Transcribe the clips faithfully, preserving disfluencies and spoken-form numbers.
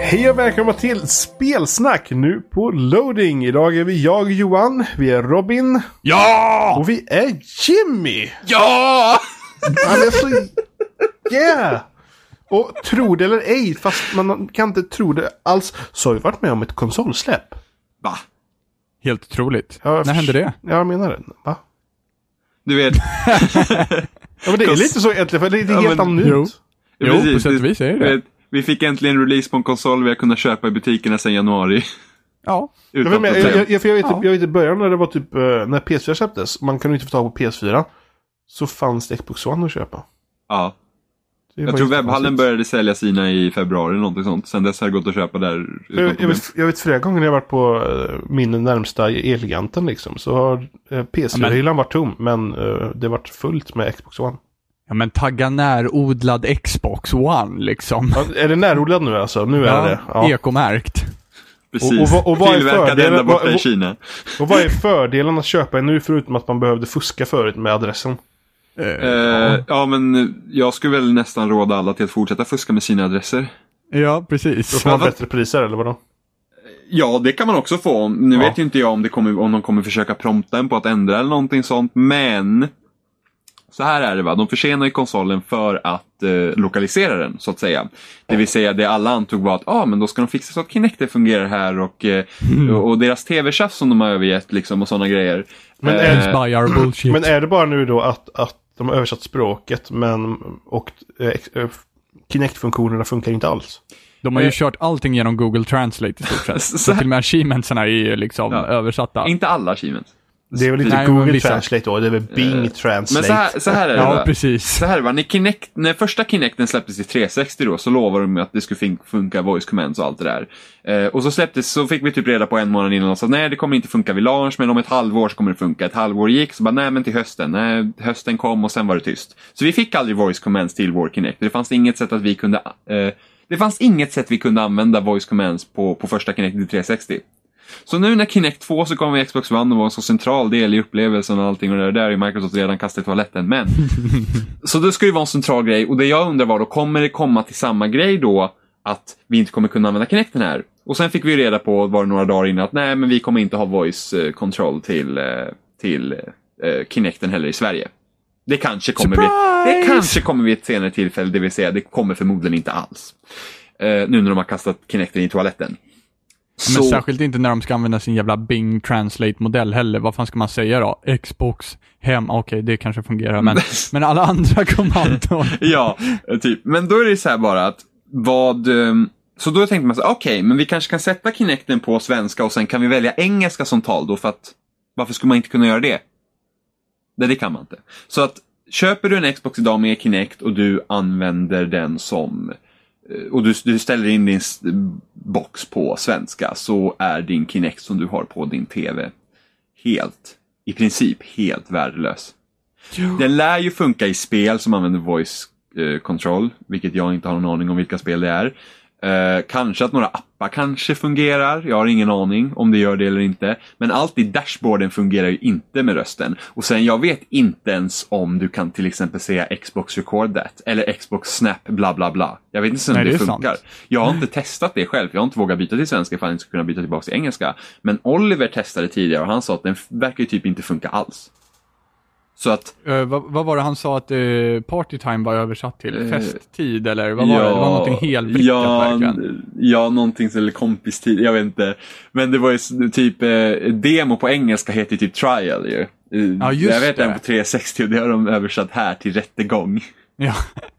Hej och välkomna till Spelsnack nu på Loading. Idag är vi jag, Johan, vi är Robin. Ja! Och vi är Jimmy. Ja! Han är så... Yeah! Och tro det eller ej, fast man kan inte tro det alls, så har vi varit med om ett konsolsläpp. Va? Helt otroligt. Ja, När hände det? Jag menar det. Va? Du vet... Ja, men det är lite så egentligen, för det är Ja, helt men- annorlunda. Jo. Jo, Precis, på sätt och vis är det. du vet, vi fick äntligen release på en konsol vi har kunnat köpa i butikerna sedan januari. Ja. Jag Utan vet, men, jag, problem. jag, jag, för jag, vet, Ja. jag vet i början när det var typ eh, när P S fyra släpptes, man kunde inte få tag på P S fyra, så fanns det Xbox One att köpa. Ja. Det Jag var tror jättekonstigt. webbhallen började sälja sina i februari eller någonting sånt. Sen dess har det gått att köpa där utan Jag, jag, problem. vet, jag vet flera gånger när jag varit på uh, min närmsta Elgiganten liksom, så har uh, P S fyra-hyllan varit tom, men uh, det har varit fullt med Xbox One. Ja, men tagga närodlad Xbox One liksom. Ja, är det närodlad nu alltså? Nu är det. Ja. Ekomärkt. Precis. Och- och vad- och vad är Tillverkad fördelen- ända borta vad- i Kina. Och vad är fördelen att köpa en nu förutom att man behövde fuska förut med adressen? Uh, Eh, ja, men jag skulle väl nästan råda alla till att fortsätta fuska med sina adresser. Ja, Då precis. får man Ja, vad- bättre priser eller vadå? Ja, det kan man också få. Nu Ja. vet ju inte jag om, det kommer, om de kommer försöka prompta en på att ändra eller någonting sånt. Men så här är det va. De försenar ju konsolen för att eh, lokalisera den, så att säga. Det vill säga, det alla antog var att ah, men då ska de fixa så att Kinecten fungerar här. Och, eh, Mm. och, och deras tv-tjafs som de har övergett liksom, och sådana grejer. Men Eh, är- Buy our bullshit. Men är det bara nu då att, att de har översatt språket, men och eh, ex- eh, Kinect-funktionerna funkar inte alls? De har ju eh, kört allting genom Google Translate i stort sett. Så Så här- till och med achievementsen är ju liksom Ja. översatta. Inte alla achievements. Det är väl inte Nej, men Google vissa. Translate då, det är väl Bing Translate. Men så här, så här är det Ja, va? precis. Så här va, när, Kinect, när första Kinecten släpptes till trehundrasextio då, så lovade de att det skulle fin- funka voice commands och allt det där. Eh, och så släpptes, så fick vi typ reda på en månad innan och sa nej, det kommer inte funka vid launch, men om ett halvår så kommer det funka. Ett halvår gick, så bara nej, men till hösten. Nej, hösten kom och sen var det tyst. Så vi fick aldrig voice commands till vår Kinect. Det fanns inget sätt att vi kunde eh, det fanns inget sätt vi kunde använda voice commands på, på första Kinecten till trehundrasextio. Så nu när Kinect två så kommer Xbox One och var en så central del i upplevelsen och allting, och det där är Microsoft redan kastat i toaletten, men så det ska ju vara en central grej, och det jag undrar var då, kommer det komma till samma grej då att vi inte kommer kunna använda Kinecten här? Och sen fick vi reda på, var det några dagar innan, att nej, men vi kommer inte ha voice eh, control till, eh, till eh, Kinecten heller i Sverige. Det kanske kommer vi, det kanske kommer vid ett senare tillfälle, det vill säga det kommer förmodligen inte alls. Eh, nu när de har kastat Kinecten i toaletten. Men särskilt inte när de ska använda sin jävla Bing Translate-modell heller. Vad fan ska man säga då? Xbox, hem, okej, okay, det kanske fungerar. Men, men alla andra kommandon. Ja, typ. Men då är det så här bara att vad... um, Så då tänkte man så okej, okay, men vi kanske kan sätta Kinecten på svenska och sen kan vi välja engelska som tal då, för att varför skulle man inte kunna göra det? Nej, det kan man inte. Så att köper du en Xbox idag med Kinect och du använder den som... och du, du ställer in din s- box på svenska, så är din Kinect som du har på din tv helt, i princip helt värdelös. Den lär ju funka i spel som använder voice eh, control, vilket jag inte har någon aning om vilka spel det är. Eh, kanske att några appar kanske fungerar, jag har ingen aning om det gör det eller inte. Men allt i dashboarden fungerar ju inte med rösten. Och sen jag vet inte ens om du kan till exempel säga Xbox record that eller Xbox snap bla bla bla. Jag vet inte om Nej, det, det är funkar. sant. Jag har inte testat det själv, jag har inte vågat byta till svenska för att jag inte ska kunna byta tillbaka till engelska. Men Oliver testade tidigare och han sa att den verkar ju typ inte funka alls. Så att Uh, vad, vad var det han sa att uh, partytime var översatt till? Eh, Festtid eller vad var det? Det var någonting helt vrickat ja, verkligen. ja, någonting eller kompistid, jag vet inte. Men det var ju s- typ eh, demo på engelska heter typ trial ju. Eh, Ja, just jag vet det. den på trehundrasextio, det har de översatt här till rättegång. Ja.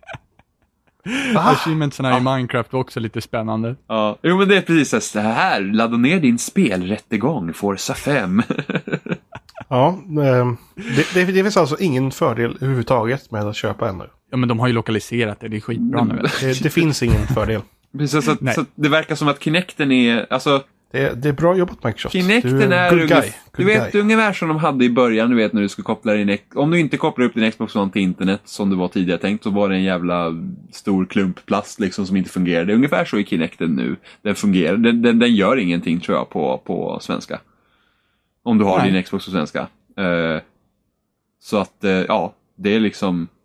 Achievementsarna i Minecraft var också lite spännande. Ja, jo men det är precis så här, ladda ner din spelrättegång, Forza fem. Ja, eh, det, det, det finns alltså ingen fördel överhuvudtaget med att köpa en nu. Ja, men de har ju lokaliserat det, det är skitbra nu. eller? Det, det finns ingen fördel. Precis, så, att, Nej. så att det verkar som att Kinecten är, alltså Det, det är bra jobbat Microsoft. Kinecten du är good ungef- guy. du Good vet guy. ungefär som de hade i början, du vet när du skulle koppla din ex- om du inte kopplar upp din Xbox One till internet som det var tidigare tänkt, så var det en jävla stor klump plast liksom som inte fungerade. Ungefär så i Kinecten nu. Den fungerar, den, den, den gör ingenting tror jag på, på svenska. Om du har Nej. din Xbox på svenska. Uh, så att uh, ja, det är liksom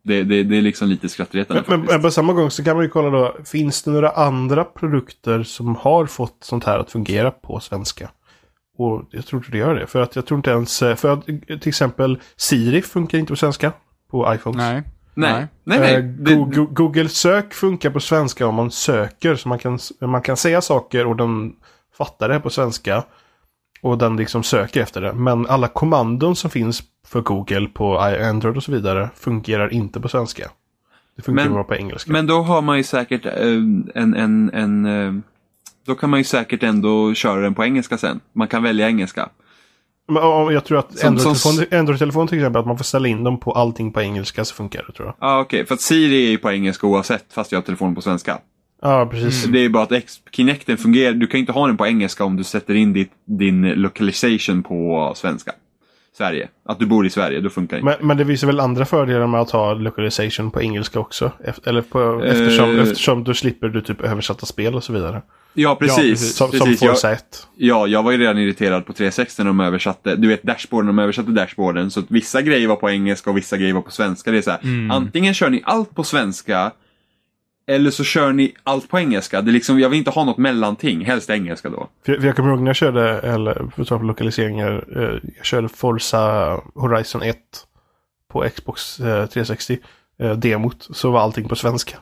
Det, det, det är liksom lite skrattretande. Men, men på samma gång så kan man ju kolla då, finns det några andra produkter som har fått sånt här att fungera på svenska? Och jag tror inte det gör det. För att jag tror inte ens, för att till exempel Siri funkar inte på svenska på iPhones. Nej. Nej, nej, nej. Eh, Det, Google, Google sök funkar på svenska om man söker. Så man kan, man kan säga saker och den fattar det på svenska. Och den liksom söker efter det. Men alla kommandon som finns för Google på Android och så vidare fungerar inte på svenska. Det funkar Men- bara på engelska. men då har man ju säkert eh, en, en, en eh, då kan man ju säkert ändå köra den på engelska sen. Man kan välja engelska. Men, ja, jag tror att Som- Android-telefon, Android-telefon till exempel, att man får ställa in dem på allting på engelska så funkar det, tror jag. Ja, ah, okej. För att Siri är ju på engelska oavsett fast jag har telefonen på svenska. Ja, precis. Det är bara att X- Kinecten fungerar. Du kan inte ha den på engelska om du sätter in ditt, din localization på svenska. Sverige. Att du bor i Sverige, då funkar det inte. Men, men det visar väl andra fördelar med att ha localization på engelska också? Eft- eller på, eftersom, Eh. eftersom du slipper du typ översätta spel och så vidare. Ja, precis. Ja, precis. Som, precis. som Jag, Forza ett. ja, jag var ju redan irriterad på tre sextio när de översatte. Du vet, dashboarden, de översatte dashboarden. Så att vissa grejer var på engelska och vissa grejer var på svenska. Det är så här, Mm. antingen kör ni allt på svenska eller så kör ni allt på engelska. Det är liksom, jag vill inte ha något mellanting, helst engelska då. För, för jag kommer ihåg när jag körde, eller för att ta på lokaliseringar, eh, jag körde Forza Horizon ett på Xbox eh, tre sextio. Eh, demot, så var allting på svenska.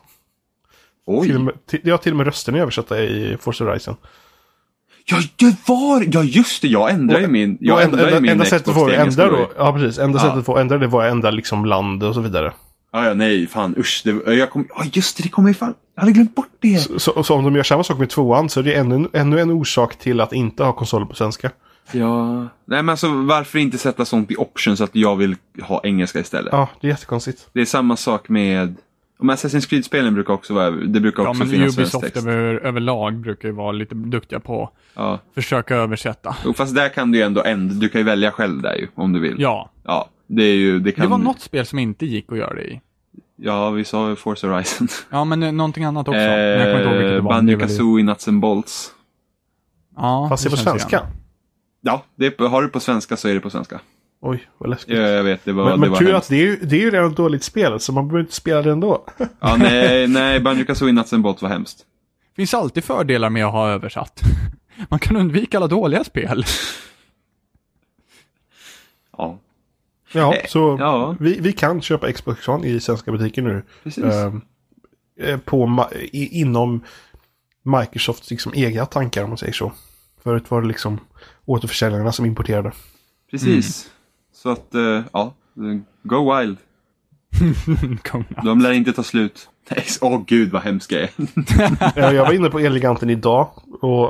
Oj. Till och med, till, ja, till och med rösten är översatta i Forza Horizon. Ja, det var, ja just det, jag ändrade ju min, jag Och ändrade ju enda, min enda sättet Xbox för att till engelska ändra då. då, ja precis, enda Ja. sättet för att ändra det var att ändra liksom land och så vidare. Ja, ja, nej, fan, usch. Det, jag kom, ja, just det, det kommer ju fan, jag hade glömt bort det. Så, så, så om de gör samma sak med tvåan så är det ännu, ännu en orsak till att inte ha konsoler på svenska. Ja, nej men alltså varför inte sätta sånt i option så att jag vill ha engelska istället? Ja, det är jättekonstigt. Det är samma sak med, om Assassin's Creed-spelen brukar också vara, det brukar Ja, också men finnas svensk Ubisoft text. över, överlag brukar ju vara lite duktiga på att Ja, försöka översätta. och fast där kan du ju ändå ändra, du kan ju välja själv där ju, om du vill. Ja, Ja, det är ju, det kan... det var något spel som inte gick att göra det i. Ja, vi sa ju Forza Horizon. Ja, men eh, någonting annat också. Men jag kommer inte ihåg vilket det var. men det är väl- Banjo-Kazooie, Nuts and Bolts. Ja, Fast det är på känns igen. svenska. Ja, det, har du på svenska så är det på svenska. Oj, vad läskigt. Ja, jag vet, det var, men det men var tur hemskt. att det är, ju, det är ju redan ett dåligt spel, så man behöver inte spela det ändå. Ja, nej, nej, Banjo-Kazooie, Nuts and Bolts var hemskt. Finns alltid fördelar med att ha översatt. Man kan undvika alla dåliga spel. Ja, Ja, Eh, så ja. Vi, vi kan köpa Xbox One i svenska butiker nu. precis. Ehm, eh, på, ma- i, inom Microsofts liksom egna tankar, om man säger så. Förut var det liksom återförsäljarna som importerade. Precis. Så att, eh, ja, go wild. Kom igen. De lär inte ta slut. Nej, åh gud vad hemskt jag är. Eh, jag var inne på Eleganten idag och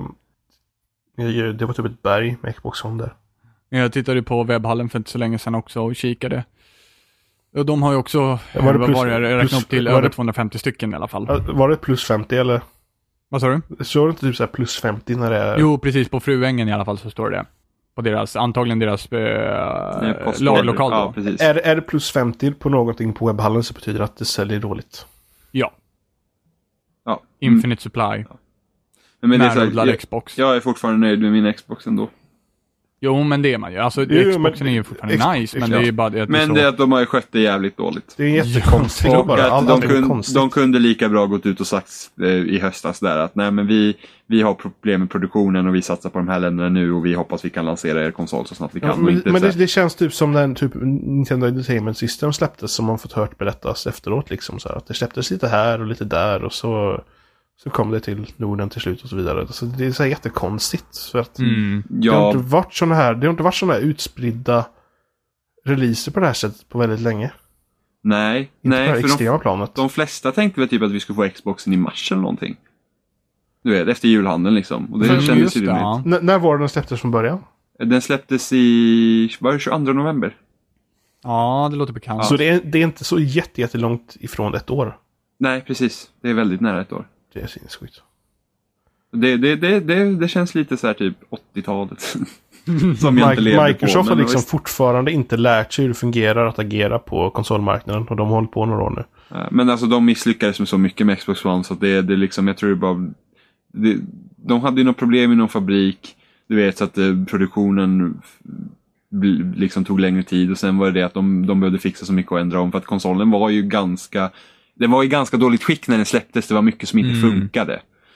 ehm, det var typ ett berg med Xbox One där. Jag tittade på webbhallen för inte så länge sedan också och kikade. Och de har ju också, Var det var det plus- var det, jag räknade plus- upp till var över det- tvåhundrafemtio stycken i alla fall. Eh, Var det plus femtio eller? Vad sa du? Så var det inte typ så här plus femtio när det är... Jo, precis på Fruängen i alla fall så står det. På deras, antagligen deras Nej, eh, post- lagerlokal då. Ja, precis. Är, är det plus femtio på någonting på webbhallen så betyder det att det säljer dåligt. Ja, Ja. Mm. Infinite Supply. Men det är så Närodlad här, jag, Xbox. jag är fortfarande nöjd med min Xbox ändå. Jo, men det är man ju. Alltså, Jo, Xboxen men- är ju fortfarande X- nice, men ja. det är ju bara det att det är Men så... det är att de har ju skött det jävligt dåligt. Det är jättekonstigt Ja, bara. Och Allt att allt de, är kun, konstigt. de kunde lika bra gått ut och sagt eh, i höstas där att nej men vi, vi har problem med produktionen och vi satsar på de här länderna nu och vi hoppas vi kan lansera er konsol så snabbt vi kan. Ja, och men inte men så det, här- det känns typ som när typ Nintendo Entertainment System släpptes, som man fått hört berättas efteråt liksom så här, att det släpptes lite här och lite där och så så kom det till Norden till slut och så vidare. Så det är så här jättekonstigt för att Mm. det har ja, inte varit såna här det har inte varit såna här utspridda releaser på det här sättet på väldigt länge. nej, Inte på det nej här för de, extrema planet. de flesta tänkte väl typ att vi skulle få Xboxen i mars eller någonting. Du vet, efter julhandeln liksom. Och det Mm, kändes Just ju det, rimligt. ja. N- när var det den släpptes från början? Den släpptes i, var det tjugoandra november? Ja, det låter bekant. Så det är, det är inte så jätte, jättelångt ifrån ett år. Nej, precis. Det är väldigt nära ett år. Det är sinnessjukt. Det, det, det, det, det känns lite så här typ åttiotalet. Som jag inte Mike- levde Microsoft på. har liksom visst. fortfarande inte lärt sig hur det fungerar att agera på konsolmarknaden. Och de har hållit på några år nu. Ja, men alltså de misslyckades med så mycket med Xbox One så att det, det liksom, jag tror det bara... Det, de hade ju något problem i någon fabrik. Du vet så att eh, produktionen... liksom tog längre tid och sen var det det att de, de behövde fixa så mycket och ändra om för att konsolen var ju ganska den var i ganska dåligt skick när den släpptes, det var mycket som inte mm. funkade.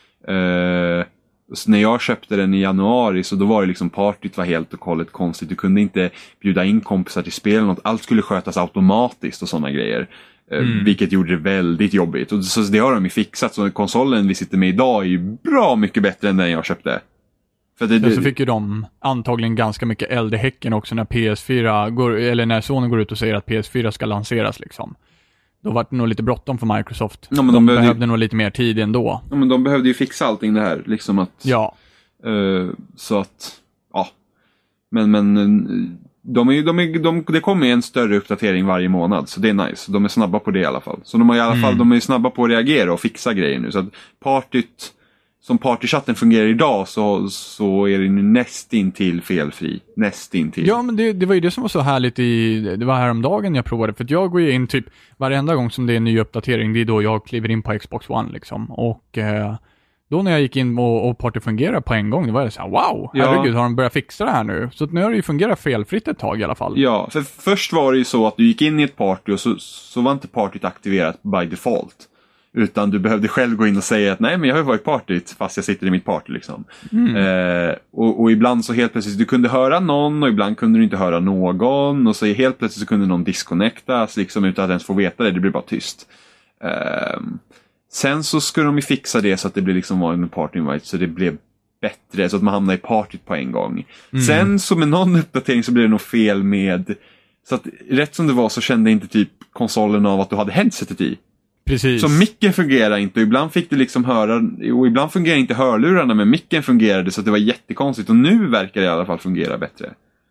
Uh, så när jag köpte den i januari så då var det liksom partyt var helt och hållet konstigt, du kunde inte bjuda in kompisar till spel något, allt skulle skötas automatiskt och sådana grejer. Mm. Vilket gjorde det väldigt jobbigt. Och så det har de ju fixat. Så konsolen vi sitter med idag är ju bra mycket bättre än den jag köpte. För det, ja, så fick ju de antagligen ganska mycket eld i häcken också när P S fyra går, eller när Sony går ut och säger att P S fyra ska lanseras liksom. Då var det nog lite bråttom för Microsoft. Ja, men de, de behövde, behövde nog lite mer tid ändå. Ja, men de behövde ju fixa allting det här liksom att ja. Uh, så att ja. Men men De är, de är, de, det kommer en större uppdatering varje månad, så det är nice. De är snabba på det i alla fall. Så de är i alla fall, mm. de är snabba på att reagera och fixa grejer nu. Så att partyt, som partychatten fungerar idag så, så är det nästintill felfri. Nästintill. Ja, men det, det var ju det som var så härligt i, det var häromdagen jag provade. För att jag går ju in typ varenda gång som det är en ny uppdatering, det är då jag kliver in på Xbox One liksom. Och eh, då när jag gick in och, och party fungerar på en gång, då var jag så här: wow, herregud, ja. Har de börjat fixa det här nu? Så att nu har det ju fungerat felfritt ett tag i alla fall. Ja, för först var det ju så att du gick in i ett party och så, så var inte partyt aktiverat by default. Utan du behövde själv gå in och säga att nej, men jag har ju varit partyt fast jag sitter i mitt party liksom. Mm. Eh, och, och ibland så helt plötsligt, du kunde höra någon och ibland kunde du inte höra någon. Och så helt plötsligt så kunde någon disconnectas liksom utan att ens få veta det, det blev bara tyst. Eh, Sen så skulle de ju fixa det så att det blev liksom en party invite så det blev bättre så att man hamnar i partyt på en gång. Mm. Sen så med någon uppdatering så blev det nog fel med så att rätt som det var så kände inte typ konsolen av att du hade headsetet i. Precis. Så micken fungerar inte och ibland fick du liksom höra och ibland fungerar inte hörlurarna men micken fungerade så att det var jättekonstigt och nu verkar det i alla fall fungera bättre.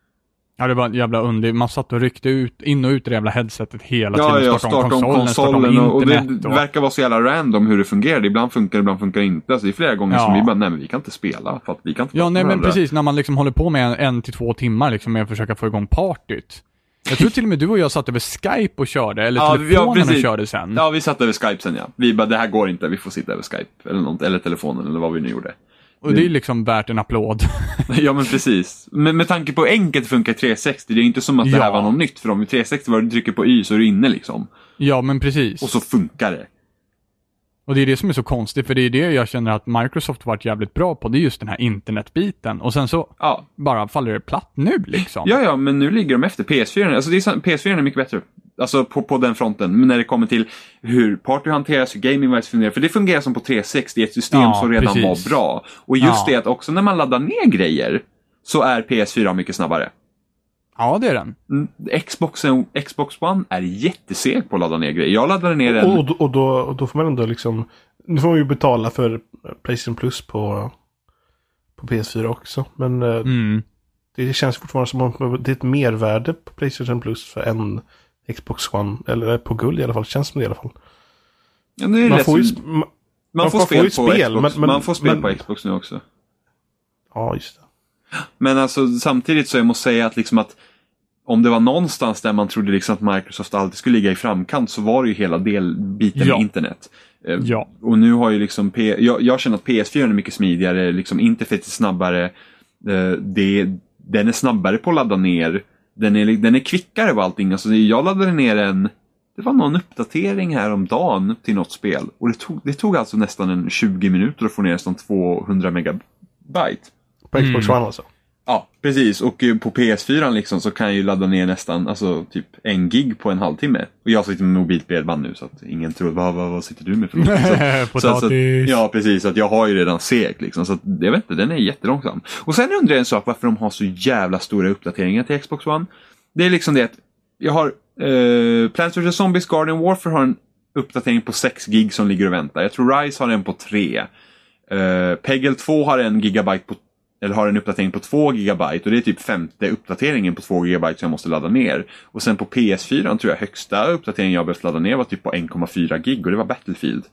Ja, det var en jävla underligt. Man satt och ryckte ut, in och ut det jävla headsetet hela ja, tiden. Ja, starta om konsolen, konsolen om och, internet, och det och... verkar vara så jävla random hur det fungerar. Ibland funkar det, ibland funkar det inte. Alltså, det är flera gånger ja. som vi bara, nej men vi kan inte spela. För att vi kan inte ja, nej men precis. När man liksom håller på med en, en till två timmar liksom, med att försöka få igång partyt. Jag tror till och med du och jag satt över Skype och körde, eller ja, telefonen ja, och körde sen. Ja, vi satt över Skype sen, ja. Vi bara, det här går inte, vi får sitta över Skype. Eller, något, eller telefonen, eller vad vi nu gjorde. Och det är liksom värt en applåd. Ja, men precis. Men med tanke på enkelt funkar tre sextio, det är inte som att det här ja. var något nytt. För om i tre sextio var du trycker på Y så är du inne liksom. Ja, men precis. Och så funkar det. Och det är det som är så konstigt, för det är det jag känner att Microsoft varit jävligt bra på. Det är just den här internetbiten. Och sen så ja. bara faller det platt nu liksom. Ja, ja, men nu ligger de efter P S fyra. Alltså det är, P S fyra är mycket bättre. Alltså på, på den fronten. Men när det kommer till hur party hanteras, hur gaming-wise fungerar. För det fungerar som på tre sextio, ett system ja, som redan precis. var bra. Och just ja. det att också när man laddar ner grejer så är P S fyra mycket snabbare. Ja, det är den. Mm, Xboxen, Xbox One är jätteseg på att ladda ner grejer. Jag laddade ner den. Och, och, och, då, och då får man ändå liksom... Nu får man ju betala för PlayStation Plus på, på P S fyra också. Men mm. det känns fortfarande som att det är ett mervärde på PlayStation Plus för en Xbox One. Eller på guld i alla fall. Det känns som det i alla fall. Ja, det är man, får ju, man, man, man får spel, får på spel, Xbox. Men, men, man får spel men, på Xbox nu också. Ja, just det. Men alltså samtidigt så jag måste säga att liksom att om det var någonstans där man trodde liksom att Microsoft alltid skulle ligga i framkant så var det ju hela delbiten ja. med internet. Ja. Och nu har ju liksom P- jag, jag känner att P S fyra är mycket smidigare, liksom interfacet är snabbare, det, den är snabbare på att ladda ner, den är, den är kvickare och allting. Alltså jag laddade ner en, det var någon uppdatering här om dagen till något spel och det tog, det tog alltså nästan en tjugo minuter att få ner nästan tvåhundra megabyte. På Xbox mm. One alltså? Ja, precis. Och på P S fyra liksom så kan jag ju ladda ner nästan alltså typ en gig på en halvtimme. Och jag sitter med mobilt bredband nu så att ingen tror, vad, vad, vad sitter du med för något? Liksom. så, så att, ja, precis. Att jag har ju redan seg liksom. Så att, jag vet inte, den är jättelångsam. Och sen undrar jag en sak, varför de har så jävla stora uppdateringar till Xbox One. Det är liksom det att jag har eh, Plants versus. Zombies Garden Warfare har en uppdatering på sex gig som ligger och väntar. Jag tror Rise har en på tre. Eh, Peggle två har en gigabyte på eller har en uppdatering på två gigabyte och det är typ femte uppdateringen på två gigabyte som jag måste ladda ner. Och sen på P S fyra tror jag högsta uppdateringen jag behövt ladda ner var typ på en komma fyra gig och det var Battlefield.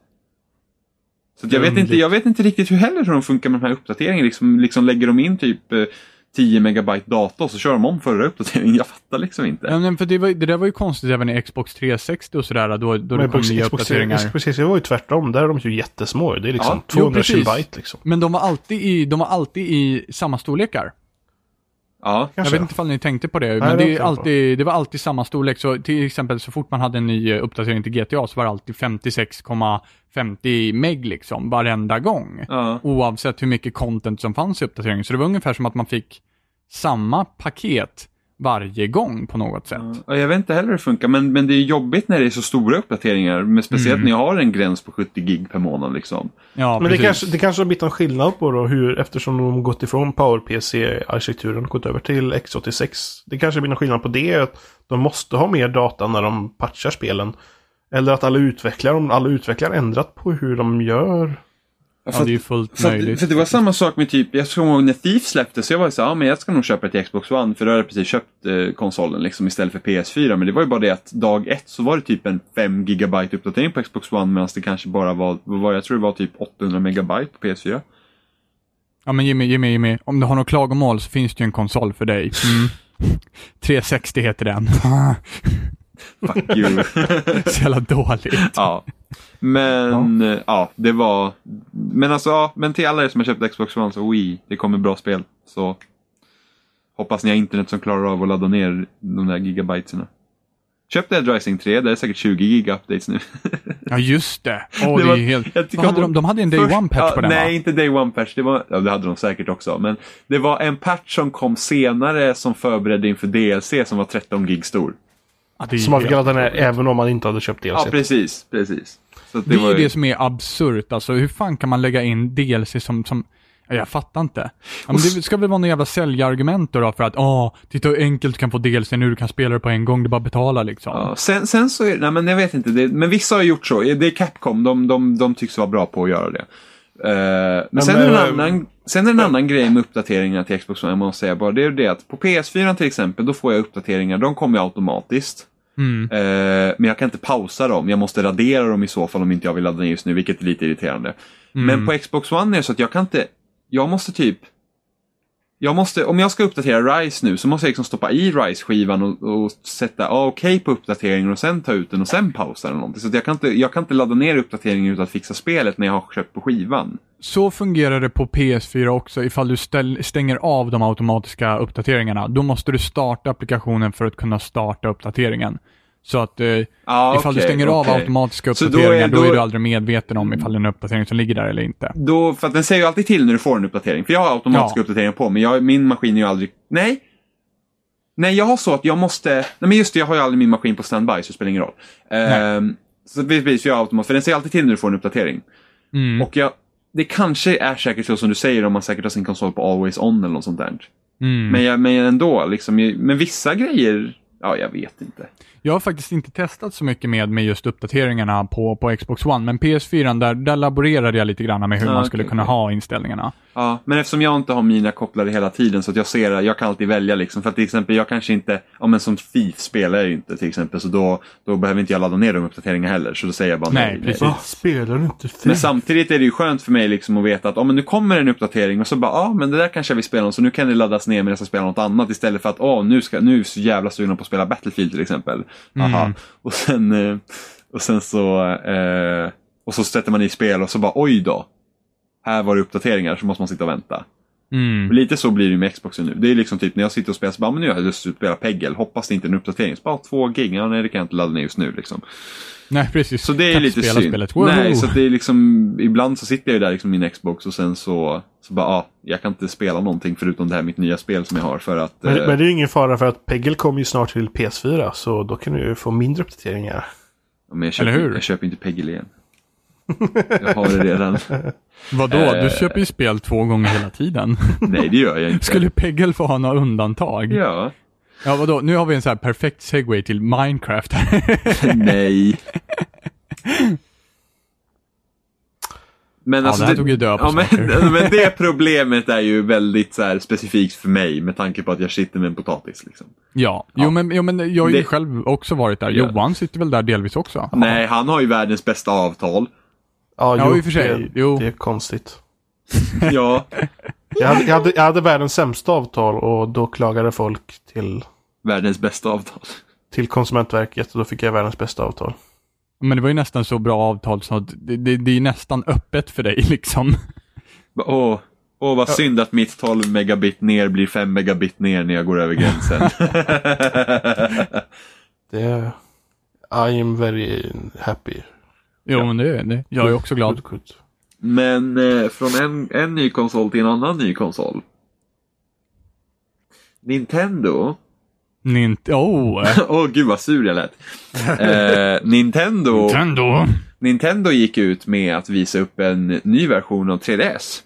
Så jag vet inte, jag vet inte riktigt hur heller hur de funkar med de här uppdateringarna. Liksom, liksom lägger de in typ eh, tio megabyte data och så kör de om förra uppdateringen. Jag fattar liksom inte. Ja, men för det, var, det där var ju konstigt även i Xbox tre sextio och sådär. Då, då det kom nya uppdateringar. Xbox tre sextio var ju tvärtom. Där är de ju jättesmå. Det är liksom ja, tvåhundra kilobyte liksom. Men de var alltid i, de var alltid i samma storlekar. Ja. Jag vet inte ifall ni tänkte på det, Nej, men det, det, är alltid, det var alltid samma storlek. Så till exempel så fort man hade en ny uppdatering till G T A så var det alltid femtiosex komma femtio meg liksom, varenda gång. Ja. Oavsett hur mycket content som fanns i uppdateringen. Så det var ungefär som att man fick samma paket varje gång på något sätt. Ja, jag vet inte heller hur det funkar, men, men det är jobbigt när det är så stora uppdateringar, men speciellt Mm. när jag har en gräns på sjuttio gig per månad liksom. Ja, Men det precis. kanske, det kanske har blivit en skillnad på då, hur, eftersom de gått ifrån PowerPC arkitekturen och gått över till x åttiosex. Det kanske blir någon skillnad på det, att de måste ha mer data när de patchar spelen. Eller att alla utvecklare, om alla utvecklare ändrat på hur de gör. Ja, det är ju fullt för, möjligt. för det var samma sak med typ, jag kommer ihåg när Thief släpptes, så jag var ju så ja men jag ska nog köpa ett Xbox One, för då hade jag precis köpt eh, konsolen liksom istället för P S fyra, men det var ju bara det att dag ett så var det typ en fem gigabyte uppdatering på Xbox One, medan det kanske bara var, var jag tror det var typ åttahundra megabyte på P S fyra. Ja, men Jimmy, Jimmy, Jimmy, om du har något klagomål så finns det ju en konsol för dig. Mm. trehundrasextio heter den. Fuck you. Så jävla dåligt. Ja. Men ja. ja, det var men alltså ja, men till alla er som har köpt Xbox One så Wii, det kommer bra spel, så hoppas ni har internet som klarar av att ladda ner de där gigabytesna. Köp Dead Rising tre, det är säkert tjugo giga updates nu. Ja, just det. Åh, Det det var- är helt... jag tycker Vad hade om- de, de hade en day Först- one patch ja, på den, nej, va? inte day one patch, det var, ja, det hade de säkert också, men det var en patch som kom senare som förberedde inför D L C som var tretton gig stor. Ja, det är Som man fick helt- ladda ner även om man inte hade köpt D L C. Ja, precis, precis. Så att Det, det var är ju- det som är absurt. Alltså, hur fan kan man lägga in D L C som... som ja, jag fattar inte. Ja, men det ska väl vara några jävla säljargument då, då för att åh, titta hur enkelt du kan få D L C nu, du kan spela det på en gång, du bara betalar liksom. Ja, sen, sen så är nej men jag vet inte, det, men vissa har gjort så. Det är Capcom, de, de, de tycks vara bra på att göra det. Uh, men, Men, sen, är det en men, annan, sen är det en annan grej med uppdateringar till Xbox One, jag måste säga bara. Det är det att på P S fyra till exempel, då får jag uppdateringar, de kommer ju automatiskt. Mm. Uh, men jag kan inte pausa dem, jag måste radera dem i så fall om inte jag vill ladda ner just nu, vilket är lite irriterande. Mm. Men på Xbox One är det så att jag kan inte, jag måste typ Jag måste, om jag ska uppdatera Rise nu så måste jag liksom stoppa i Rise-skivan och, och sätta ah, okej på uppdateringen och sen ta ut den och sen pausa eller någonting. Så att jag, kan inte, jag kan inte ladda ner uppdateringen utan att fixa spelet när jag har köpt på skivan. Så fungerar det på P S fyra också. Ifall du ställ, stänger av de automatiska uppdateringarna, då måste du starta applikationen för att kunna starta uppdateringen. Så att eh, Ah, ifall okej, du stänger av okej. automatiska Så då uppdateringar, är- då är, då- du aldrig medveten om ifall det är en uppdatering som ligger där eller inte. Då, för att den säger ju alltid till när du får en uppdatering. För jag har automatiska Ja. uppdateringar på, men jag, min maskin är ju aldrig... Nej! Nej, jag har så att jag måste... Nej, men just det, jag har ju aldrig min maskin på standby, så det spelar ingen roll. Ehm, så precis, för jag har automat, för den säger alltid till när du får en uppdatering. Mm. Och jag... Det kanske är säkert så som du säger om man säkert har sin konsol på always on eller något sånt där. Mm. Men, jag, men ändå, liksom, jag- men vissa grejer... Ja, jag vet inte. Jag har faktiskt inte testat så mycket med, med just uppdateringarna på, på Xbox One, men P S fyra, där, där laborerade jag lite grann med hur Ah, man skulle okej, kunna okej. ha inställningarna. Ja, men eftersom jag inte har mina kopplade hela tiden så att jag ser, jag kan alltid välja liksom, för att till exempel jag kanske inte, ja men som Thief spelar jag ju inte till exempel, så då, då behöver inte jag ladda ner de uppdateringar heller, så då säger jag bara nej. Nej, precis. Va? Spelar du inte Men fri? samtidigt är det ju skönt för mig liksom att veta att oh, men nu kommer en uppdatering och så bara, ja ah, men det där kanske jag vill spela, så nu kan det laddas ner medan jag spelar något annat istället för att åh, oh, nu, ska, nu är jag så jävla sugen på att spela Battlefield till exempel. Aha. Mm. Och sen, eh, och sen så, eh, och så sätter man i spel och så bara oj då. Här var det uppdateringar, så måste man sitta och vänta. Mm. Och lite så blir det med Xboxen nu. Det är liksom typ när jag sitter och spelar så bara, men nu har jag lust att spela Peggle. Hoppas det inte är en uppdatering. Så bara två gig, ja, nej det kan jag inte ladda ner just nu liksom. Nej, precis. Så det är Kan lite spela synd. spelet. Wow. Nej, så det är liksom, ibland så sitter jag ju där liksom i min Xbox och sen så, så bara, ja, jag kan inte spela någonting förutom det här mitt nya spel som jag har för att... Men, eh, men det är ju ingen fara för att Peggle kommer ju snart till P S fyra, så då kan du ju få mindre uppdateringar. ja, men jag köper, Eller hur? jag köper inte Peggle igen. Jag har det redan. Vadå? Eh. Du köper ju spel två gånger hela tiden. Nej, det gör jag inte. Skulle Peggle få ha några undantag? Ja. Ja, vadå? Nu har vi en så här perfekt segway till Minecraft. Nej. Men Ja, alltså det här tog ju död på ja, men, saker. men det problemet är ju väldigt så här, specifikt för mig med tanke på att jag sitter med en potatis liksom. Ja, jo, men, jo, men jag har ju Det- själv också varit där. Ja. Johan sitter väl där delvis också? Nej, han har ju världens bästa avtal. Ja, Ja, jo, i och för sig. Det, Jo. det är konstigt. Ja, Jag hade, jag, hade, jag hade världens sämsta avtal och då klagade folk till, världens bästa avtal. till Konsumentverket och då fick jag världens bästa avtal. Men det var ju nästan så bra avtal så att det, det, det är nästan öppet för dig liksom. Åh, Åh, vad synd att mitt tolv megabit ner blir fem megabit ner när jag går över gränsen. Det är... I am very happy. Jo, ja. men det är det. Jag är också glad. Good, good. Men eh, från en, en ny konsol till en annan ny konsol. Nintendo. Nint... Oh! Åh, oh, gud vad sur jag lät. Eh, Nintendo... Nintendo! Nintendo gick ut med att visa upp en ny version av tre D S.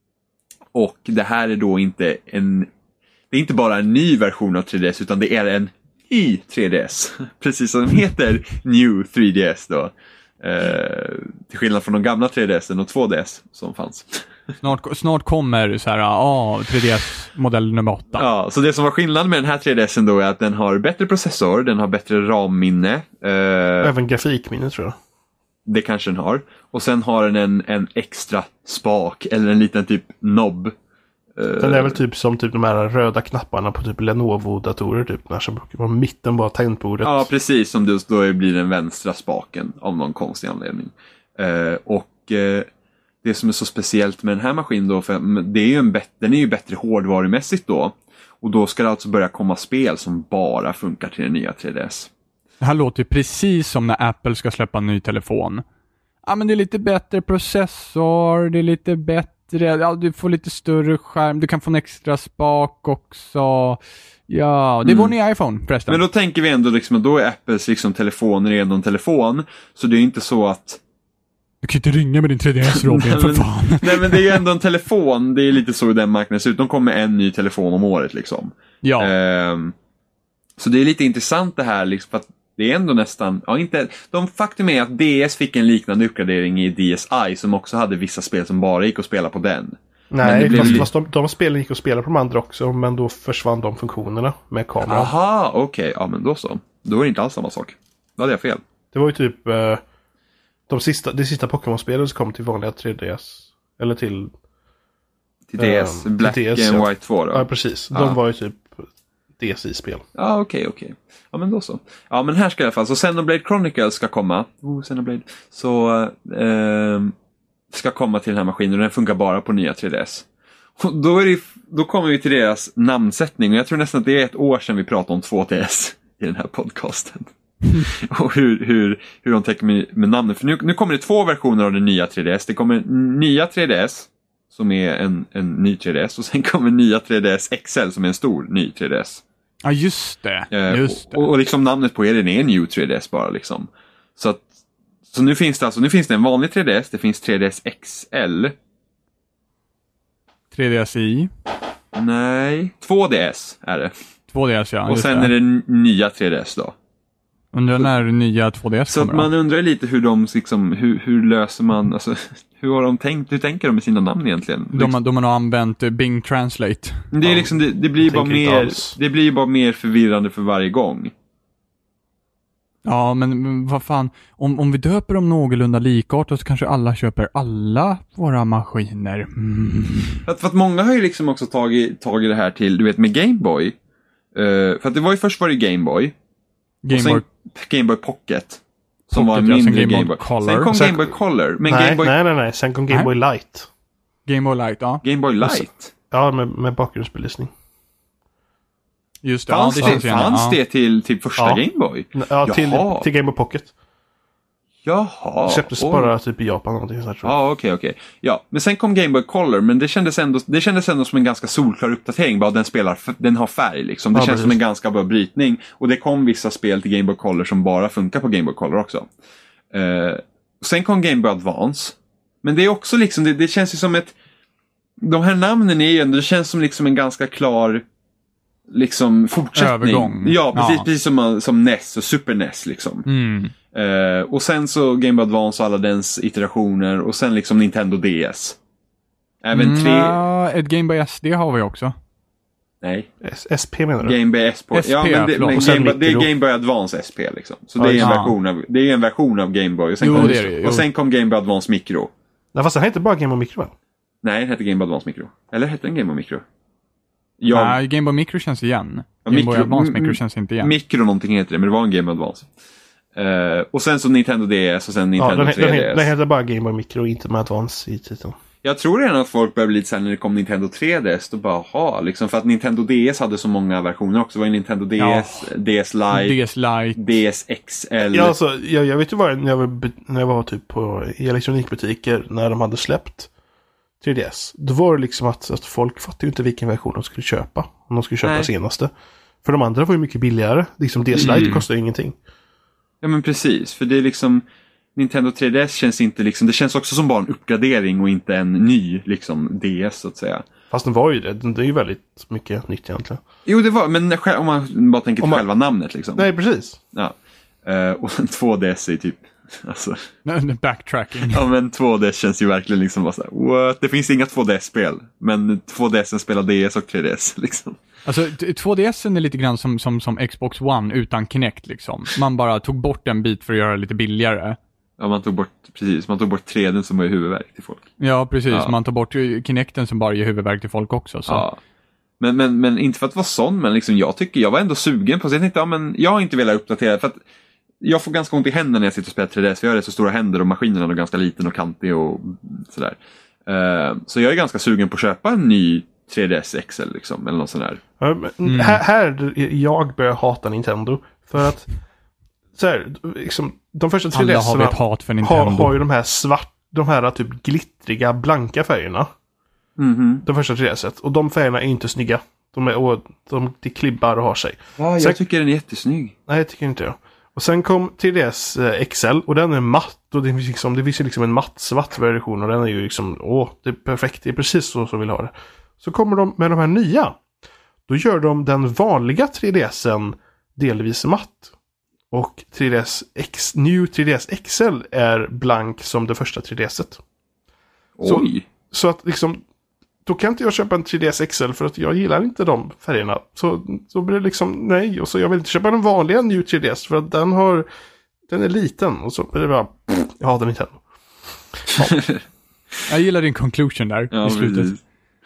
Och det här är då inte en... Det är inte bara en ny version av tre D S, utan det är en ny tre D S. Precis som den heter New tre D S då. Eh, till skillnad från de gamla tre D S och två D S som fanns. Snart, snart kommer så här, ah, tre D S-modell nummer åtta. Ja, så det som var skillnaden med den här tre D S:en då är att den har bättre processor, den har bättre RAM-minne. Eh, Även grafikminne tror jag. Det kanske den har. Och sen har den en, en extra spak eller en liten typ knob. Den är väl typ som typ de här röda knapparna på typ Lenovo-datorer typ, när som brukar vara mitten bara tangentbordet. Ja, precis, som just då blir den vänstra spaken av någon konstig anledning. Eh, och eh, det som är så speciellt med den här maskinen då, för det är ju en bet- den är ju bättre hårdvarumässigt då. Och då ska det alltså börja komma spel som bara funkar till den nya tre D S. Det här låter ju precis som när Apple ska släppa en ny telefon. Ja, men det är lite bättre processor, det är lite bättre, ja, du får lite större skärm, du kan få en extra spak också. Ja, det är mm. vår nya iPhone förresten. Men då tänker vi ändå liksom att då är Apples liksom telefoner ändå en telefon, så det är inte så att du kan inte ringa med din tre D S, Robin, nej, för men, fan. Nej, men det är ju ändå en telefon, det är lite så i den marknaden ser ut. De kommer en ny telefon om året liksom. Ja. Ehm, så det är lite intressant det här liksom, för att det är ändå nästan, ja inte, de faktum är att D S fick en liknande uppgradering i D S i som också hade vissa spel som bara gick att spela på den. Nej, blev fast, li- fast de, de spelen gick att spela på de andra också, men då försvann de funktionerna med kameran. Aha, okej, okay. Ja men då så. Då är det inte alls samma sak. Då hade jag fel. Det var ju typ eh, de sista, det sista Pokémon-spelen som kom till vanliga tre D S. Eller till... Till D S, eh, Black till D S, and ja. White två då? Ja, precis. De ja. var ju typ D S i-spel. Ja, okej, okay, okej. Okay. Ja, men då så. Ja, men här ska i alla fall. Så Xenoblade Chronicles ska komma. Oh, Xenoblade. Så eh, ska komma till den här maskinen och den funkar bara på nya tre D S. Och då, är det, då kommer vi till deras namnsättning. Och jag tror nästan att det är ett år sedan vi pratade om två D S i den här podcasten. Och hur, hur, hur de tänker med, med namnet. För nu, nu kommer det två versioner av den nya tre D S. Det kommer nya tre D S som är en, en ny tre D S. Och sen kommer nya tre D S X L som är en stor ny tre D S. Ja, just det. Eh, Just det. Och, och liksom namnet på er den är New tre D S bara liksom. Så att, så nu finns det alltså, nu finns det en vanlig tre D S, det finns tre D S X L. tre D S i. Nej, två D S är det. två D S, ja. Och sen det. är det n- nya tre D S då. Undrar när nya två D S så kommer. Så man undrar lite hur de liksom, hur, hur löser man, alltså, hur har de tänkt, hur tänker de med sina namn egentligen? De, de, de har nog använt Bing Translate. Det är liksom, det, det blir bara mer, det blir bara mer förvirrande för varje gång. Ja, men, men vad fan, om, om vi döper dem någorlunda likartat så kanske alla köper alla våra maskiner. Mm. För, att, för att många har ju liksom också tagit, tagit det här till, du vet, med Game Boy. Uh, för att det var ju först var det Game Boy. Game och sen Boy Game Boy Pocket. Som Pocket, var en mindre ja, sen Game Boy Game Boy. Color. Sen kom sen, Game Boy Color. Men nej, Game Boy... nej, nej, nej. Sen kom Game nej. Boy Light. Game Boy Light, ja. Game Boy Light? Ja, med, med bakgrundsbelysning. Just det, fanns ja, det, det, fanns ja. det till, till första ja. Game Boy? Ja, till, till Game Boy Pocket. Jaha. Det släpptes bara typ i Japan någonting sånt, tror jag. Ja, okej, okej. Ja, men sen kom Game Boy Color, men det kändes ändå, det kändes ändå som en ganska solklar uppdatering. Bara den spelar, den har färg liksom. Det ja, känns precis. som en ganska bra brytning. Och det kom vissa spel till Game Boy Color som bara funkar på Game Boy Color också. Uh, sen kom Game Boy Advance. Men det är också liksom, det, det känns ju som ett... De här namnen är ju ändå, det känns som liksom en ganska klar liksom fortsättning. Övergång. Ja, precis, Ja. precis som, som N E S och Super N E S liksom. Mm. Uh, och sen så Game Boy Advance och alla dens iterationer. Och sen liksom Nintendo D S. Även Mm, tre... ja, ett Game Boy S D har vi också. Nej. S- SP menar du? Game Boy S P. S P, Ja, men det, förlåt. men Och sen Game Boy, det är Micro. Game Boy Advance S P liksom. Så Ja, det är en ja. version av, det är en version av Game Boy. Och sen, Jo, kom, det är det, jo. och sen kom Game Boy Advance Micro. Nej, fast den heter bara Game Boy Micro, va? Nej, den hette Game Boy Advance Micro. Eller hette den Game Boy Micro? Ja, Nej, Game Boy Micro känns igen. Ja, Game Boy Micro- Advance mm, Micro känns inte igen. Micro någonting heter det, men det var en Game Boy Advance. Uh, och sen så Nintendo D S och sen Ja, Nintendo den, tre D S. den, den heter bara Game Boy Micro, inte med Advance i titeln. Jag tror redan att folk började bli lite sen när det kom Nintendo tre D S. Då bara, ha, liksom, för att Nintendo D S hade så många versioner också. Det var ju Nintendo D S, ja. D S Lite, D S Lite, D S X L. Ja, alltså, jag, jag vet ju vad när jag var, när jag var typ på i elektronikbutiker när de hade släppt tre D S. Då var det liksom att, att folk fattade ju inte vilken version de skulle köpa. Om de skulle köpa Nej. senaste. För de andra var ju mycket billigare. Liksom D S Lite mm. kostar ju ingenting. Ja, men precis. För det är liksom... Nintendo tre D S känns inte liksom... Det känns också som bara en uppgradering och inte en ny liksom D S, så att säga. Fast den var ju det. Det är ju väldigt mycket nytt egentligen. Jo, det var... Men om man bara tänker på man... själva namnet liksom. Nej, precis. Ja. Uh, och två D S är typ... Alltså... Backtracking. Ja, men två D S känns ju verkligen liksom bara så här, what? Det finns inga två D S-spel. Men två D S spelar D S och tre D S liksom. Alltså, två D S är lite grann som, som, som Xbox One utan Kinect liksom. Man bara tog bort en bit för att göra det lite billigare. Ja, man tog bort, precis, man tog bort tre D som var huvudvärk till folk. Ja, precis. Ja. Man tog bort Kinecten som bara ger huvudvärk till folk också. Så. Ja. Men, men, men inte för att vara sån, men liksom jag tycker, jag var ändå sugen på så jag tänkte, ja men jag har inte velat uppdatera för att jag får ganska ont i händerna när jag sitter och spelar tre D S. För jag har rätt så stora händer och maskinen är ganska liten och kantig och sådär. Uh, så jag är ganska sugen på att köpa en ny tre D S X L liksom, eller något sånt där. Mm. Här, här jag börjar hata Nintendo. För att så här, liksom, de första tre D S har, hat för Nintendo. har, har ju de här svart, de här typ glittriga, blanka färgerna. Mm-hmm. De första tre D S. Och de färgerna är inte snygga. De, är, och, de, de klibbar och har sig. Ja, jag sen, tycker den är jättesnygg. Nej, jag tycker inte jag. Och sen kom tre D S X L och den är matt och det finns liksom, det finns ju liksom en matt svart version och den är ju liksom, åh, det är perfekt, det är precis så som vi vill ha det. Så kommer de med de här nya. Då gör de den vanliga tre D S:en delvis matt. Och tre D S X, New tre D S X L är blank som det första tre D S:et. Så, så att liksom, då kan inte jag köpa en tre D S X L för att jag gillar inte de färgerna. Så, så blir det liksom nej. Och så jag vill inte köpa den vanliga New tre D S för att den har, den är liten. Och så blir det bara, pff, jag hatar Nintendo. Ja. Jag gillar din conclusion där ja, i slutet.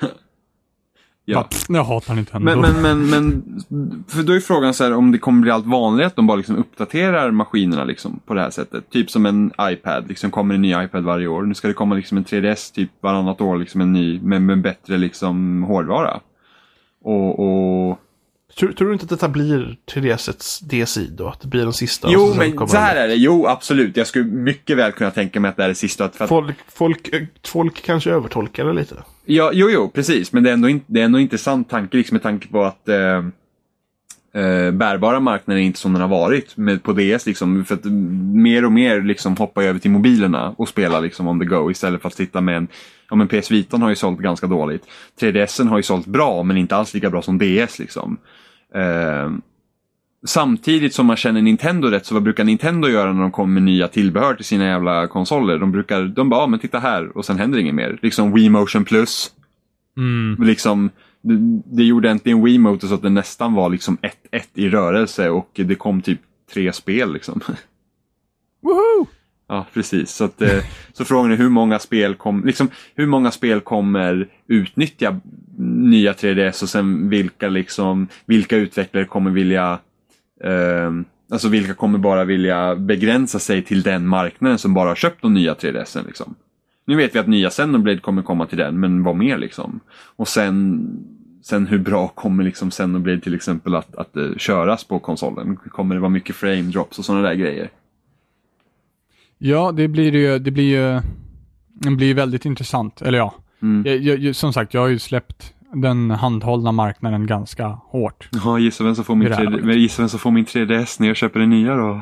Ja. Bara, jag hatar Nintendo. Men, men, men, men för då är frågan så här, om det kommer bli allt vanligare att de bara liksom uppdaterar maskinerna liksom på det här sättet. Typ som en iPad, liksom kommer en ny iPad varje år. Nu ska det komma liksom en tre D S typ varannat år, liksom en ny med, med bättre liksom hårdvara. Och, och... Tror, tror du inte att detta blir tre D S:s D S I då? Att det blir den sista? Jo, men så här är det. Jo, absolut. Jag skulle mycket väl kunna tänka mig att det är det sista. För att... folk, folk, folk kanske övertolkar det lite. Ja, jo, jo, precis. Men det är ändå, in, det är ändå intressant tanke, liksom med tanke på att eh, eh, bärbara marknaden är inte som den har varit med, på D S. Liksom, för att mer och mer liksom hoppar över till mobilerna och spelar liksom on the go istället för att sitta med en... Ja, men P S Vita har ju sålt ganska dåligt. tre D S:en har ju sålt bra, men inte alls lika bra som D S liksom. Eh, samtidigt som man känner Nintendo rätt, så vad brukar Nintendo göra när de kommer med nya tillbehör till sina jävla konsoler? De brukar, de bara, ja, men titta här, och sen händer inget mer. Liksom Wii Motion Plus. Mm. Liksom, det, det gjorde äntligen Wii Motor så att det nästan var liksom ett ett i rörelse och det kom typ tre spel liksom. Woohoo! Ja, precis. Så, att, eh, så frågan är hur många spel kom, liksom, hur många spel kommer utnyttja nya tre D S och sen vilka liksom, vilka utvecklare kommer vilja eh, alltså vilka kommer bara vilja begränsa sig till den marknaden som bara har köpt de nya tre D S:en liksom. Nu vet vi att nya Xenoblade kommer komma till den, men vad mer liksom? Och sen sen hur bra kommer liksom Xenoblade till exempel att, att uh, köras på konsolen? Kommer det vara mycket frame drops och sådana där grejer? Ja, det blir ju, det blir ju det blir väldigt intressant. Eller ja, mm. jag, jag, som sagt, jag har ju släppt den handhållna marknaden ganska hårt. Ja, gissa vem som får min, tre D, gissa vem som får min tre D S när jag köper den nya då?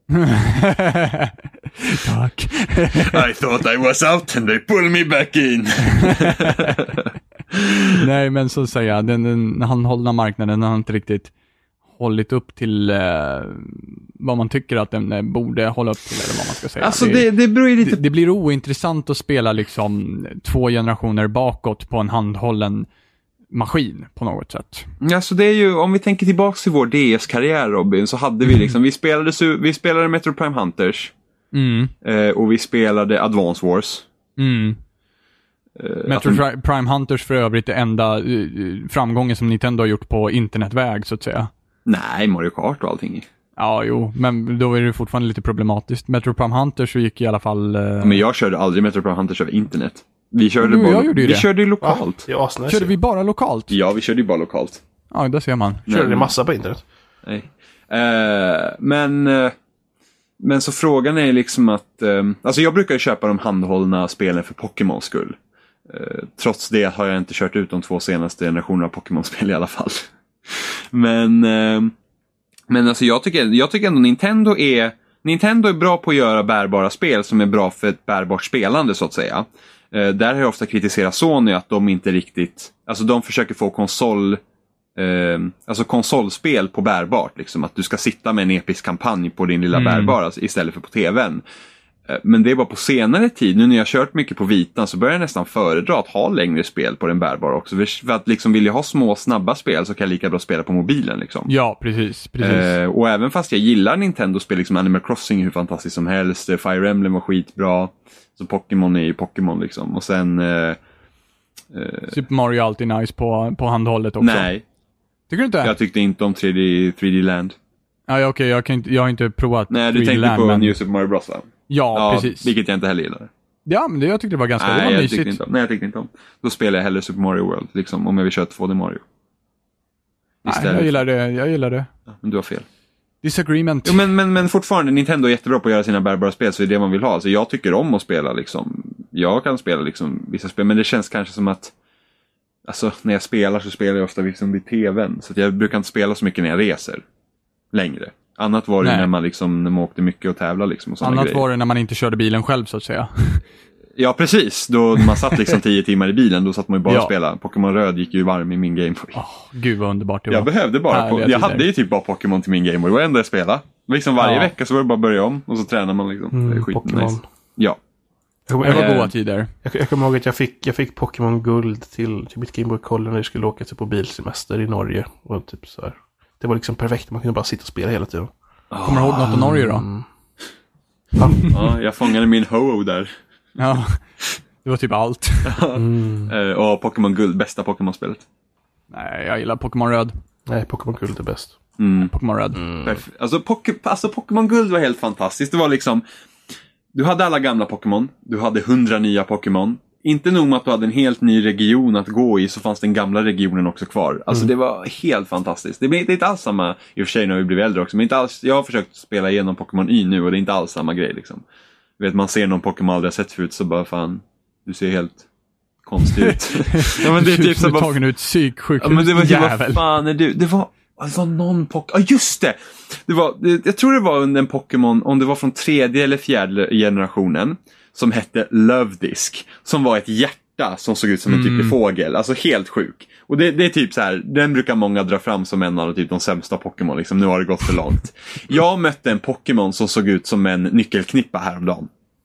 Tack. I thought I was out and they pulled me back in. Nej, men så säger jag, den, den handhållna marknaden har inte riktigt hållit upp till eh, vad man tycker att den eh, borde hålla upp till, eller vad man ska säga. Alltså det, det, beror lite... det, det blir ointressant att spela liksom två generationer bakåt på en handhållen maskin på något sätt. Alltså det är ju, om vi tänker tillbaka till vår D S-karriär, Robin, så hade vi liksom, vi spelade, vi spelade Metro Prime Hunters mm. eh, och vi spelade Advance Wars. Mm. Eh, Metro de... Prime Hunters för övrigt är enda uh, framgången som Nintendo har gjort på internetväg, så att säga. Nej, Mario Kart och allting. Ja, jo, men då är det fortfarande lite problematiskt. Metro Prime Hunters så gick i alla fall... Uh... Ja, men jag körde aldrig Metro Prime Hunters över internet. Vi körde, Du och jag bara, gjorde ju vi det. körde ju Ja, lokalt. det är asnice. Körde vi bara lokalt? Ja, vi körde ju bara lokalt. Ja, där ser man. Körde Nej. det massa på internet? Nej. Eh, men, eh, men så frågan är liksom att... Eh, alltså jag brukar ju köpa de handhållna spelen för Pokémons skull. Eh, trots det har jag inte kört ut de två senaste generationerna av Pokémon-spel i alla fall. men eh, men alltså jag tycker, jag tycker ändå Nintendo är... Nintendo är bra på att göra bärbara spel som är bra för ett bärbart spelande så att säga. Eh, där har jag ofta kritiserat Sony att de inte riktigt... Alltså de försöker få konsol... Eh, alltså konsolspel på bärbart liksom, att du ska sitta med en episk kampanj på din lilla Mm. bärbara istället för på tvn. Eh, men det är bara på senare tid, nu när jag har kört mycket på vitan så börjar jag nästan föredra att ha längre spel på den bärbara också, för, för att liksom vill jag ha små snabba spel så kan jag lika bra spela på mobilen liksom. Ja, precis. precis. Eh, och även fast jag gillar Nintendo-spel, liksom Animal Crossing hur fantastiskt som helst, eh, Fire Emblem var skitbra, så Pokémon är ju Pokémon liksom, och sen eh, eh, Super Mario är alltid nice på, på handhållet också. nej, Tycker du inte? jag tyckte inte om tre D, tre D Land. Ja, ja, okej, jag, kan inte, jag har inte provat Nej, du tre D tänkte Land, på men... New Super Mario Bros va? Ja, precis. Vilket jag inte heller gillar. Ja, men det, jag tyckte det var ganska det Nej, var jag mysigt. tyckte inte om. Nej, jag tyckte inte om. Då spelar jag hellre Super Mario World, liksom, om jag vill köra två D Mario. Nej, Istället. jag gillar det. Jag gillar det. Ja, men du har fel. Disagreement. Jo, men, men, men fortfarande, Nintendo är jättebra på att göra sina bärbara spel, så det är det man vill ha. Alltså, jag tycker om att spela, liksom. Jag kan spela liksom, vissa spel, men det känns kanske som att alltså, när jag spelar så spelar jag ofta liksom vid tvn. Så att jag brukar inte spela så mycket när jag reser längre. Annat var det Nej. när man, liksom, när man åkte mycket och tävla liksom, och såna Annat grejer. var det när man inte körde bilen själv, så att säga. Ja, precis. Då man satt liksom tio timmar i bilen, då satt man ju bara Ja. och spelade. Pokémon Röd gick ju varm i min Gameboy. Åh, gud vad underbart det var. Jag behövde bara, Härliga jag tider. hade ju typ bara Pokémon till min Gameboy. Det var det enda jag spelade. Liksom varje Ja. vecka så var det bara att börja om och så tränar man liksom. det är Mm, skit Pokémon. nice. Ja. Jag kommer, Det var Eh, goda tider. jag, jag kommer ihåg att jag fick, jag fick Pokémon Guld till, till mitt Game Boy Color när jag skulle åka till på bilsemester i Norge. Och typ så här. Det var liksom perfekt, man kunde bara sitta och spela hela tiden. Kommer du ihåg något om Norge då? Mm. Ja, jag fångade min Ho-Oh där. Ja, det var typ allt. Mm. Eh, och Pokémon Guld, bästa Pokémon-spelet. Nej, jag gillar Pokémon Röd. Nej, Pokémon Guld är bäst. Mm. Pokémon Röd. Perf- Alltså, Poké- alltså Pokémon Guld var helt fantastiskt. Det var liksom, du hade alla gamla Pokémon, du hade hundra nya Pokémon. Inte nog med att du hade en helt ny region att gå i, så fanns den gamla regionen också kvar. Alltså det var helt fantastiskt. Det är inte alls samma, i och för sig när vi blev äldre också, men inte alls, jag har försökt spela igenom Pokémon Y nu och det är inte alls samma grej liksom. Du vet, man ser någon Pokémon aldrig har sett förut så bara fan, du ser helt konstig ut. Ja, men det är typ så Du är bara, tagen ut psyksjukhus, ja, men det var typ, vad jävel. fan är du? Det var, det var någon Pokémon, ja just det! Det var, det, jag tror det var under en Pokémon, om det var från tredje eller fjärde generationen, som hette Lövdisk, som var ett hjärta som såg ut som en typ av fågel, alltså helt sjuk. Och det, det är typ så här, den brukar många dra fram som en av typ de sämsta Pokémon, liksom, nu har det gått för långt. Jag mötte en Pokémon som såg ut som en nyckelknippa häromdagen.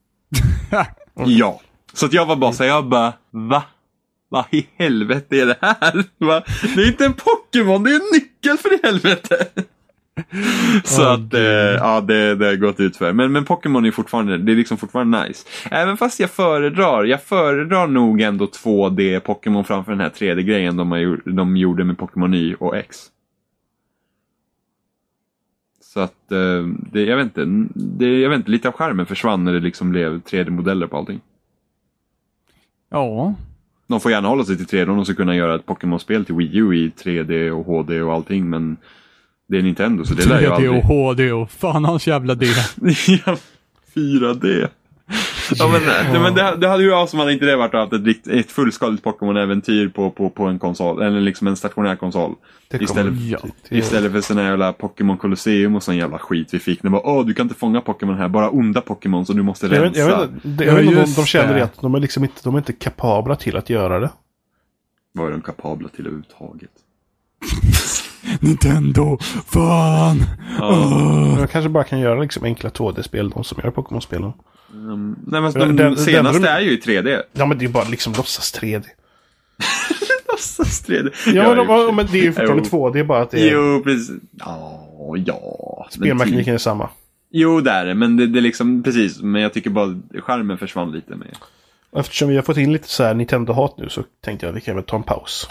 Ja. Så att jag var bara så här, jag bara, va? Vad i helvete är det här? Va? Det är inte en Pokémon, det är en nyckel för i helvete. Så Oh, att, eh, ja det, det har gått ut för. Men, men Pokémon är fortfarande, det är liksom fortfarande nice. Även fast jag föredrar, jag föredrar nog ändå två D Pokémon framför den här tre D-grejen de, har, de gjorde med Pokémon Y och X. Så att, eh, det, jag vet inte, det, jag vet inte, lite av skärmen försvann när det liksom blev tre D-modeller på allting. Ja, De får gärna hålla sig till tre D, de ska kunna göra ett Pokémon-spel till Wii U i tre D och H D och allting, men det är Nintendo så det lär ju tre D aldrig. och H D och fan hans jävla D. Ja, fyra D. Ja, men, nej, men det, det hade ju av som hade inte det varit att haft ett, rikt- ett fullskaligt Pokémon-äventyr på, på, på en konsol, eller liksom en stationär konsol. Det kommer- Istället, Ja. istället för sån här jävla Pokémon Colosseum och sån jävla skit vi fick. När bara, åh du kan inte fånga Pokémon här, bara onda Pokémon så du måste Jag rensa. vet, jag vet, inte- det- Ja, jag vet inte om just de känner det. det att de är liksom inte, de är inte kapabla till att göra det. Vad är de kapabla till överhuvudtaget? Nintendo, fan. Ja. De kanske bara kan göra liksom enkla två D-spel, de som gör Pokémon-spelen. Mm, nej men Den- de den- senaste den- är ju i tre D. Ja, men det är bara liksom låtsas tre D. Låtsas tre D. Ja, men, i och för sig. de, men det är ju fortfarande Jo. två D, bara att det är, Jo, precis. Ja, ja. spelmekaniken är samma. Jo, det är det. Men det, det är liksom, precis. Men jag tycker bara skärmen försvann lite med. Och eftersom vi har fått in lite så här Nintendo-hat nu så tänkte jag att vi kan väl ta en paus.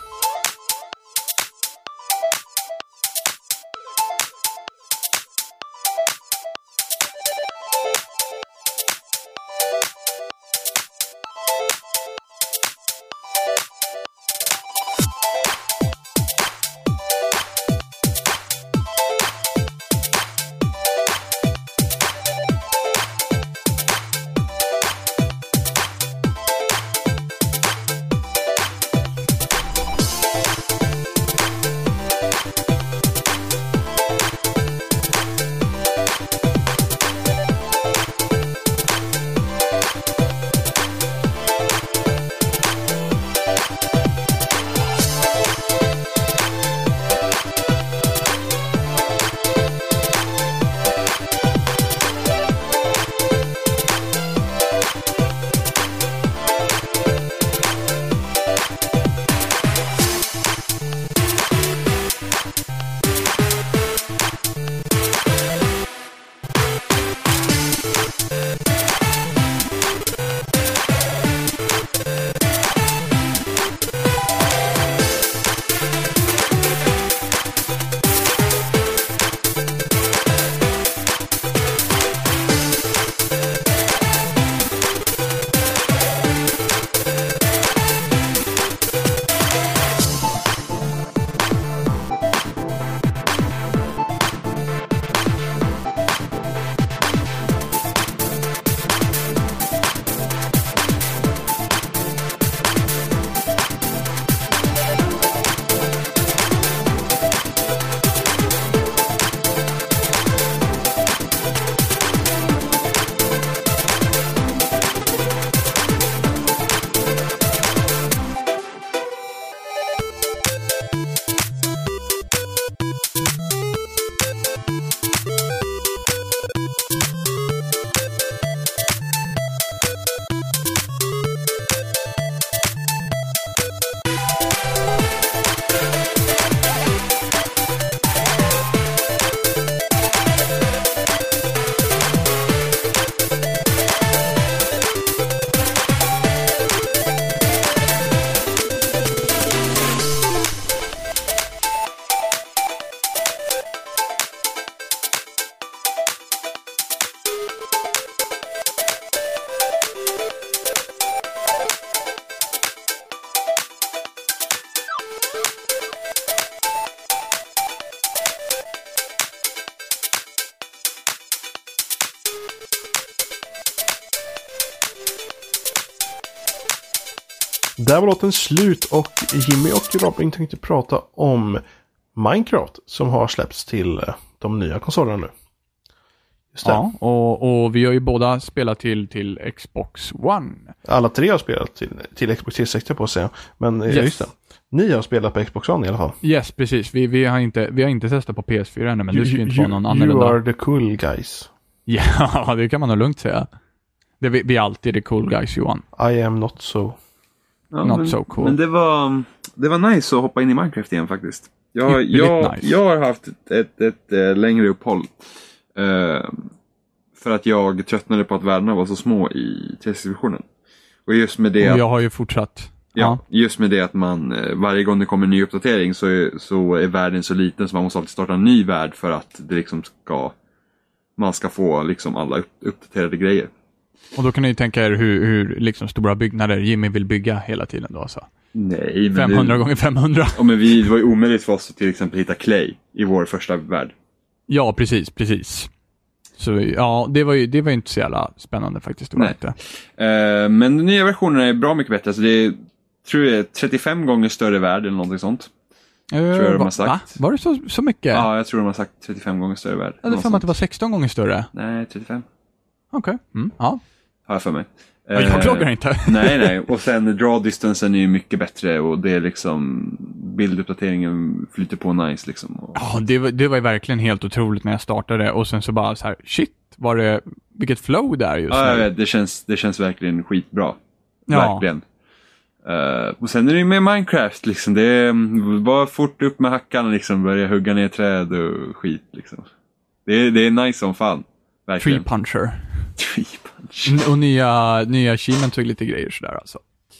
Där var låten slut och Jimmy och Robin tänkte prata om Minecraft som har släppts till de nya konsolerna nu. Just det. Ja, och, och vi har ju båda spelat till, till Xbox One. Alla tre har spelat till, till Xbox tre sextio på att säga. Men Yes. ja, just det. Ni har spelat på Xbox One i alla fall. Yes, precis. Vi, vi, har, inte, vi har inte testat på P S fyra ännu, men det ska ju inte vara någon you annorlunda. are the cool guys. Ja, det kan man nog lugnt säga. Det, vi, vi är alltid the cool guys, Johan. I am not so. Ja, Not men, so cool. Men det var, det var nice att hoppa in i Minecraft igen faktiskt. Jag, Ypperligt jag, nice. jag har haft ett, ett, ett, ett längre uppehåll. Uh, för att jag tröttnade på att världarna var så små i tre sextio-versionen. Och just med det... Och jag har ju fortsatt. Ja, just med det att man varje gång det kommer en ny uppdatering så är, så är världen så liten så man måste alltid starta en ny värld för att det liksom ska man ska få liksom alla upp, uppdaterade grejer. Och då kan ni ju tänka er hur, hur liksom stora byggnader Jimmy vill bygga hela tiden då alltså. Nej, men femhundra det, gånger femhundra. Ja, men vi, det var ju omöjligt för oss att till exempel hitta clay i vår första värld. Ja, precis, precis. Så ja, det var ju det var ju inte så jävla spännande faktiskt. Det var inte. Uh, men de nya versionerna är bra mycket bättre. Alltså det är, tror jag, är trettiofem gånger större värld eller någonting sånt. Uh, tror jag de va, har sagt. Va? Var det så, så mycket? Ja, jag tror de har sagt trettiofem gånger större värld. Jag hade för mig att det var sexton gånger större. Nej, trettiofem. Okej, okay. mm, ja. Har jag för mig. Uh, jag klagar inte. nej, nej. Och sen draw distansen är ju mycket bättre och det är liksom bilduppdateringen flyter på nice liksom. Och... Ja, det var, det var ju verkligen helt otroligt när jag startade och sen så bara så här, shit, var det, vilket flow där just ja, nu. Ja, det känns, det känns verkligen skitbra. Ja. Verkligen. Uh, och sen är det ju med Minecraft liksom, det är bara fort upp med hackan och liksom börja hugga ner träd och skit liksom. Det är, det är nice som fan. Verkligen. Tree puncher. Tree puncher. Och nya, nya achievements och lite grejer sådär alltså.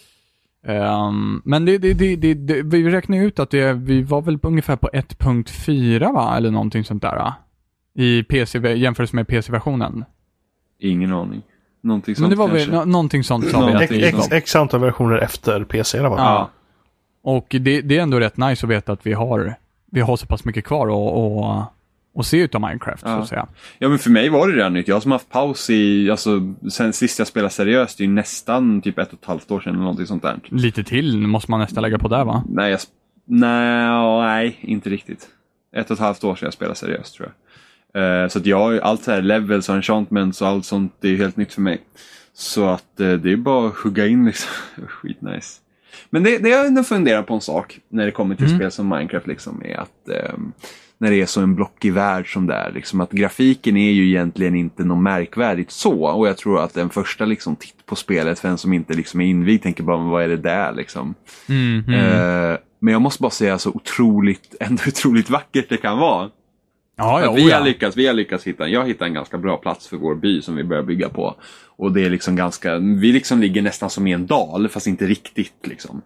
Um, men det, det, det, det, det, vi räknar ut att det, vi var väl på ungefär på ett punkt fyra va? Eller någonting sånt där va? I P C, jämfört med P C-versionen. Ingen aning. Någonting sånt. Men det var kanske. väl, no, någonting sånt sa vi att X, det X, X antal versioner efter P C i alla fall. Ja. Och det, det är ändå rätt nice att veta att vi har, vi har så pass mycket kvar och, och, och se ut av Minecraft Ja. så att säga. Ja, men för mig var det redan nytt. Jag som haft paus i, alltså sen sist jag spelade seriöst, det är ju nästan typ ett och ett halvt år sedan eller någonting sånt där. Lite till måste man nästan lägga på där va? Nej, jag, nej, nej, inte riktigt. Ett och ett halvt år sedan jag spelade seriöst tror jag. Uh, så att jag, allt så här levels och enchantments och allt sånt, det är helt nytt för mig. Så att uh, det är bara att hugga in liksom. Skitnice. Men det, det jag ändå funderar på en sak när det kommer till Mm. spel som Minecraft liksom är att um, när det är så en blockig värld som det är liksom, att grafiken är ju egentligen inte något märkvärdigt så, och jag tror att en första liksom titt på spelet för en som inte liksom är invigd tänker bara, vad är det där liksom. Mm, mm. Uh, men jag måste bara säga så otroligt, ändå otroligt vackert det kan vara. Ja, ja, Att vi, ja. har lyckats, vi har lyckats hitta, jag hittar en ganska bra plats för vår by som vi börjar bygga på. Och det är liksom ganska, vi liksom ligger nästan som i en dal, fast inte riktigt liksom.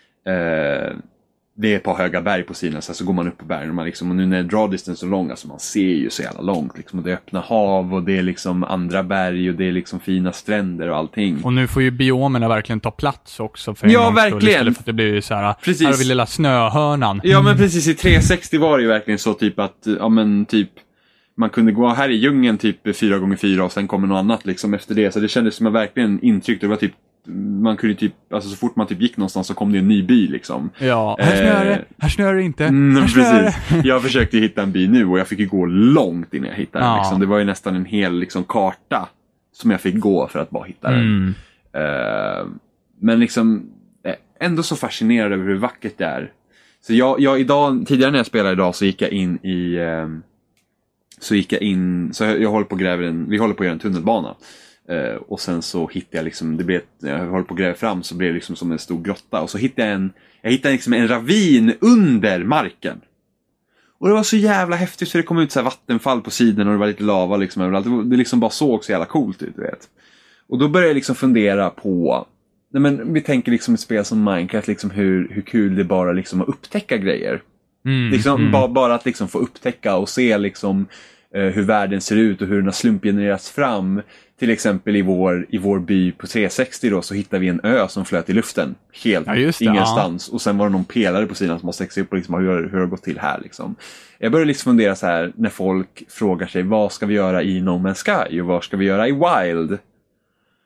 Eh, det är ett par höga berg på sidan, så, så går man upp på bergen och, man liksom, och nu när draw distance är så lång, alltså man ser ju så jävla långt liksom, och det är öppna hav och det är liksom andra berg och det är liksom fina stränder och allting. Och nu får ju biomerna verkligen ta plats också för en Ja, gångs skull, verkligen. istället för att det blir så här, Precis. här har vi lilla snöhörnan. Ja, men precis, i tre sextio var det ju verkligen så typ att, ja men typ man kunde gå här i djungeln typ fyra gånger fyra och sen kommer något annat liksom efter det, så det kändes som att verkligen intryck, det var typ man kunde typ, alltså så fort man typ gick någonstans så kom det en ny by liksom. Ja, här snöar det, här snöar det inte, Mm, här snöar det. precis. Jag försökte hitta en by nu och jag fick ju gå långt innan jag hittade den Ja. liksom. Det var ju nästan en hel liksom karta som jag fick gå för att bara hitta den. Mm. Uh, men liksom eh, ändå så fascinerad över hur vackert det är. Så jag, jag idag, tidigare när jag spelade idag så gick jag in i um, så gick jag in, så jag, jag håller på att gräva en, vi håller på att göra en tunnelbana. Uh, och sen så hittade jag liksom, det blev, när jag håller på att gräva fram så blev det liksom som en stor grotta. Och så hittade jag en, jag hittade liksom en ravin under marken. Och det var så jävla häftigt, för det kom ut så här vattenfall på sidan och det var lite lava liksom överallt. Det, det liksom bara såg så jävla coolt ut, du vet. Och då började jag liksom fundera på, nej men vi tänker liksom ett spel som Minecraft, liksom hur, hur kul det bara liksom att upptäcka grejer. Mm, Liksom, mm. bara, bara att liksom få upptäcka och se liksom eh, hur världen ser ut och hur den har slumpgenererats fram. Till exempel i vår, i vår by på tre sextio då, så hittade vi en ö som flöt i luften. Helt Ja, just det, ingenstans. Och sen var det någon pelare på sidan som måste se upp och liksom, hur, hur har det gått till här liksom. Jag började liksom fundera så här när folk frågar sig, vad ska vi göra i No Man's Sky och vad ska vi göra i Wild?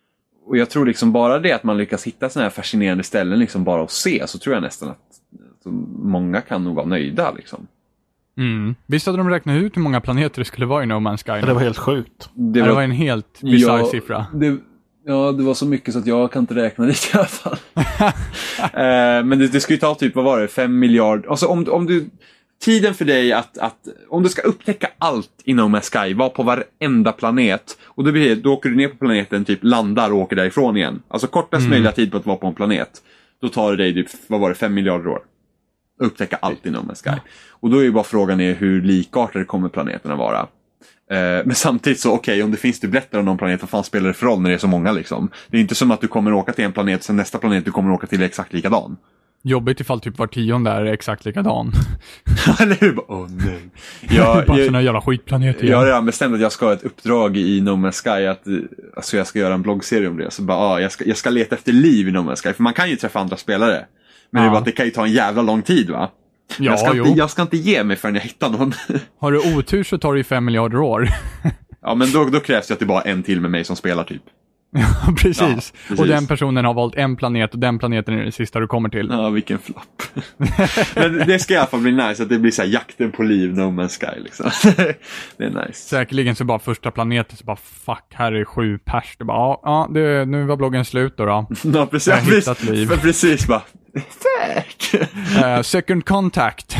och jag tror liksom bara det att man lyckas hitta såna här fascinerande ställen liksom bara att se, så tror jag nästan att så många kan nog vara nöjda liksom. Mm. Visst hade de räknat ut hur många planeter det skulle vara i No Man's Sky? Ja, det var helt sjukt. Det var, var, det var en helt bizarr ja, siffra. Det, ja, det var så mycket så att jag kan inte räkna det i alla fall. eh, men det, det ska ju ta typ, vad var det, fem miljarder. Alltså om, om du, tiden för dig att, att, om du ska upptäcka allt i No Man's Sky, var på varenda planet. Och då, blir det, då åker du ner på planeten, typ landar och åker därifrån igen. Alltså kortast mm. möjliga tid på att vara på en planet. Då tar det dig typ, vad var det, fem miljarder år. Upptäcka allt i No Man's Sky. Ja. Och då är ju bara frågan är hur likartade kommer planeterna vara. Eh, men samtidigt så, okej, okay, om det finns dubbletter av någon planet, vad fan spelar det för roll när det är så många liksom? Det är inte som att du kommer åka till en planet, sen nästa planet du kommer åka till är exakt likadan. Jobbigt ifall typ var tionde är exakt likadan. Eller hur? Åh oh, nej. Jag, bara såna jävla skitplaneter. Jag har redan bestämt att jag ska ha ett uppdrag i No Man's Sky, att alltså jag ska göra en bloggserie om det. Så bara, ah, jag, ska, jag ska leta efter liv i No Man's Sky, för man kan ju träffa andra spelare. Men ja. det, är bara, det kan ju ta en jävla lång tid, va? Ja, jag, ska jo. inte, jag ska inte ge mig förrän jag hittar någon. Har du otur så tar det ju fem miljarder år. Ja, men då, då krävs det att det bara en till med mig som spelar typ. Ja, precis. Ja, precis. Och den personen har valt en planet och den planeten är den sista du kommer till. Ja, vilken flapp. Men det ska i alla fall bli nice att det blir så här jakten på liv, No Man's Sky liksom. Det är nice. Säkerligen så bara första planeten så bara fuck, här är sju pers. Det bara, ja, ja det, nu var bloggen slut då då. Ja, precis. Jag har hittat liv. För precis bara. Tack. Uh, second contact.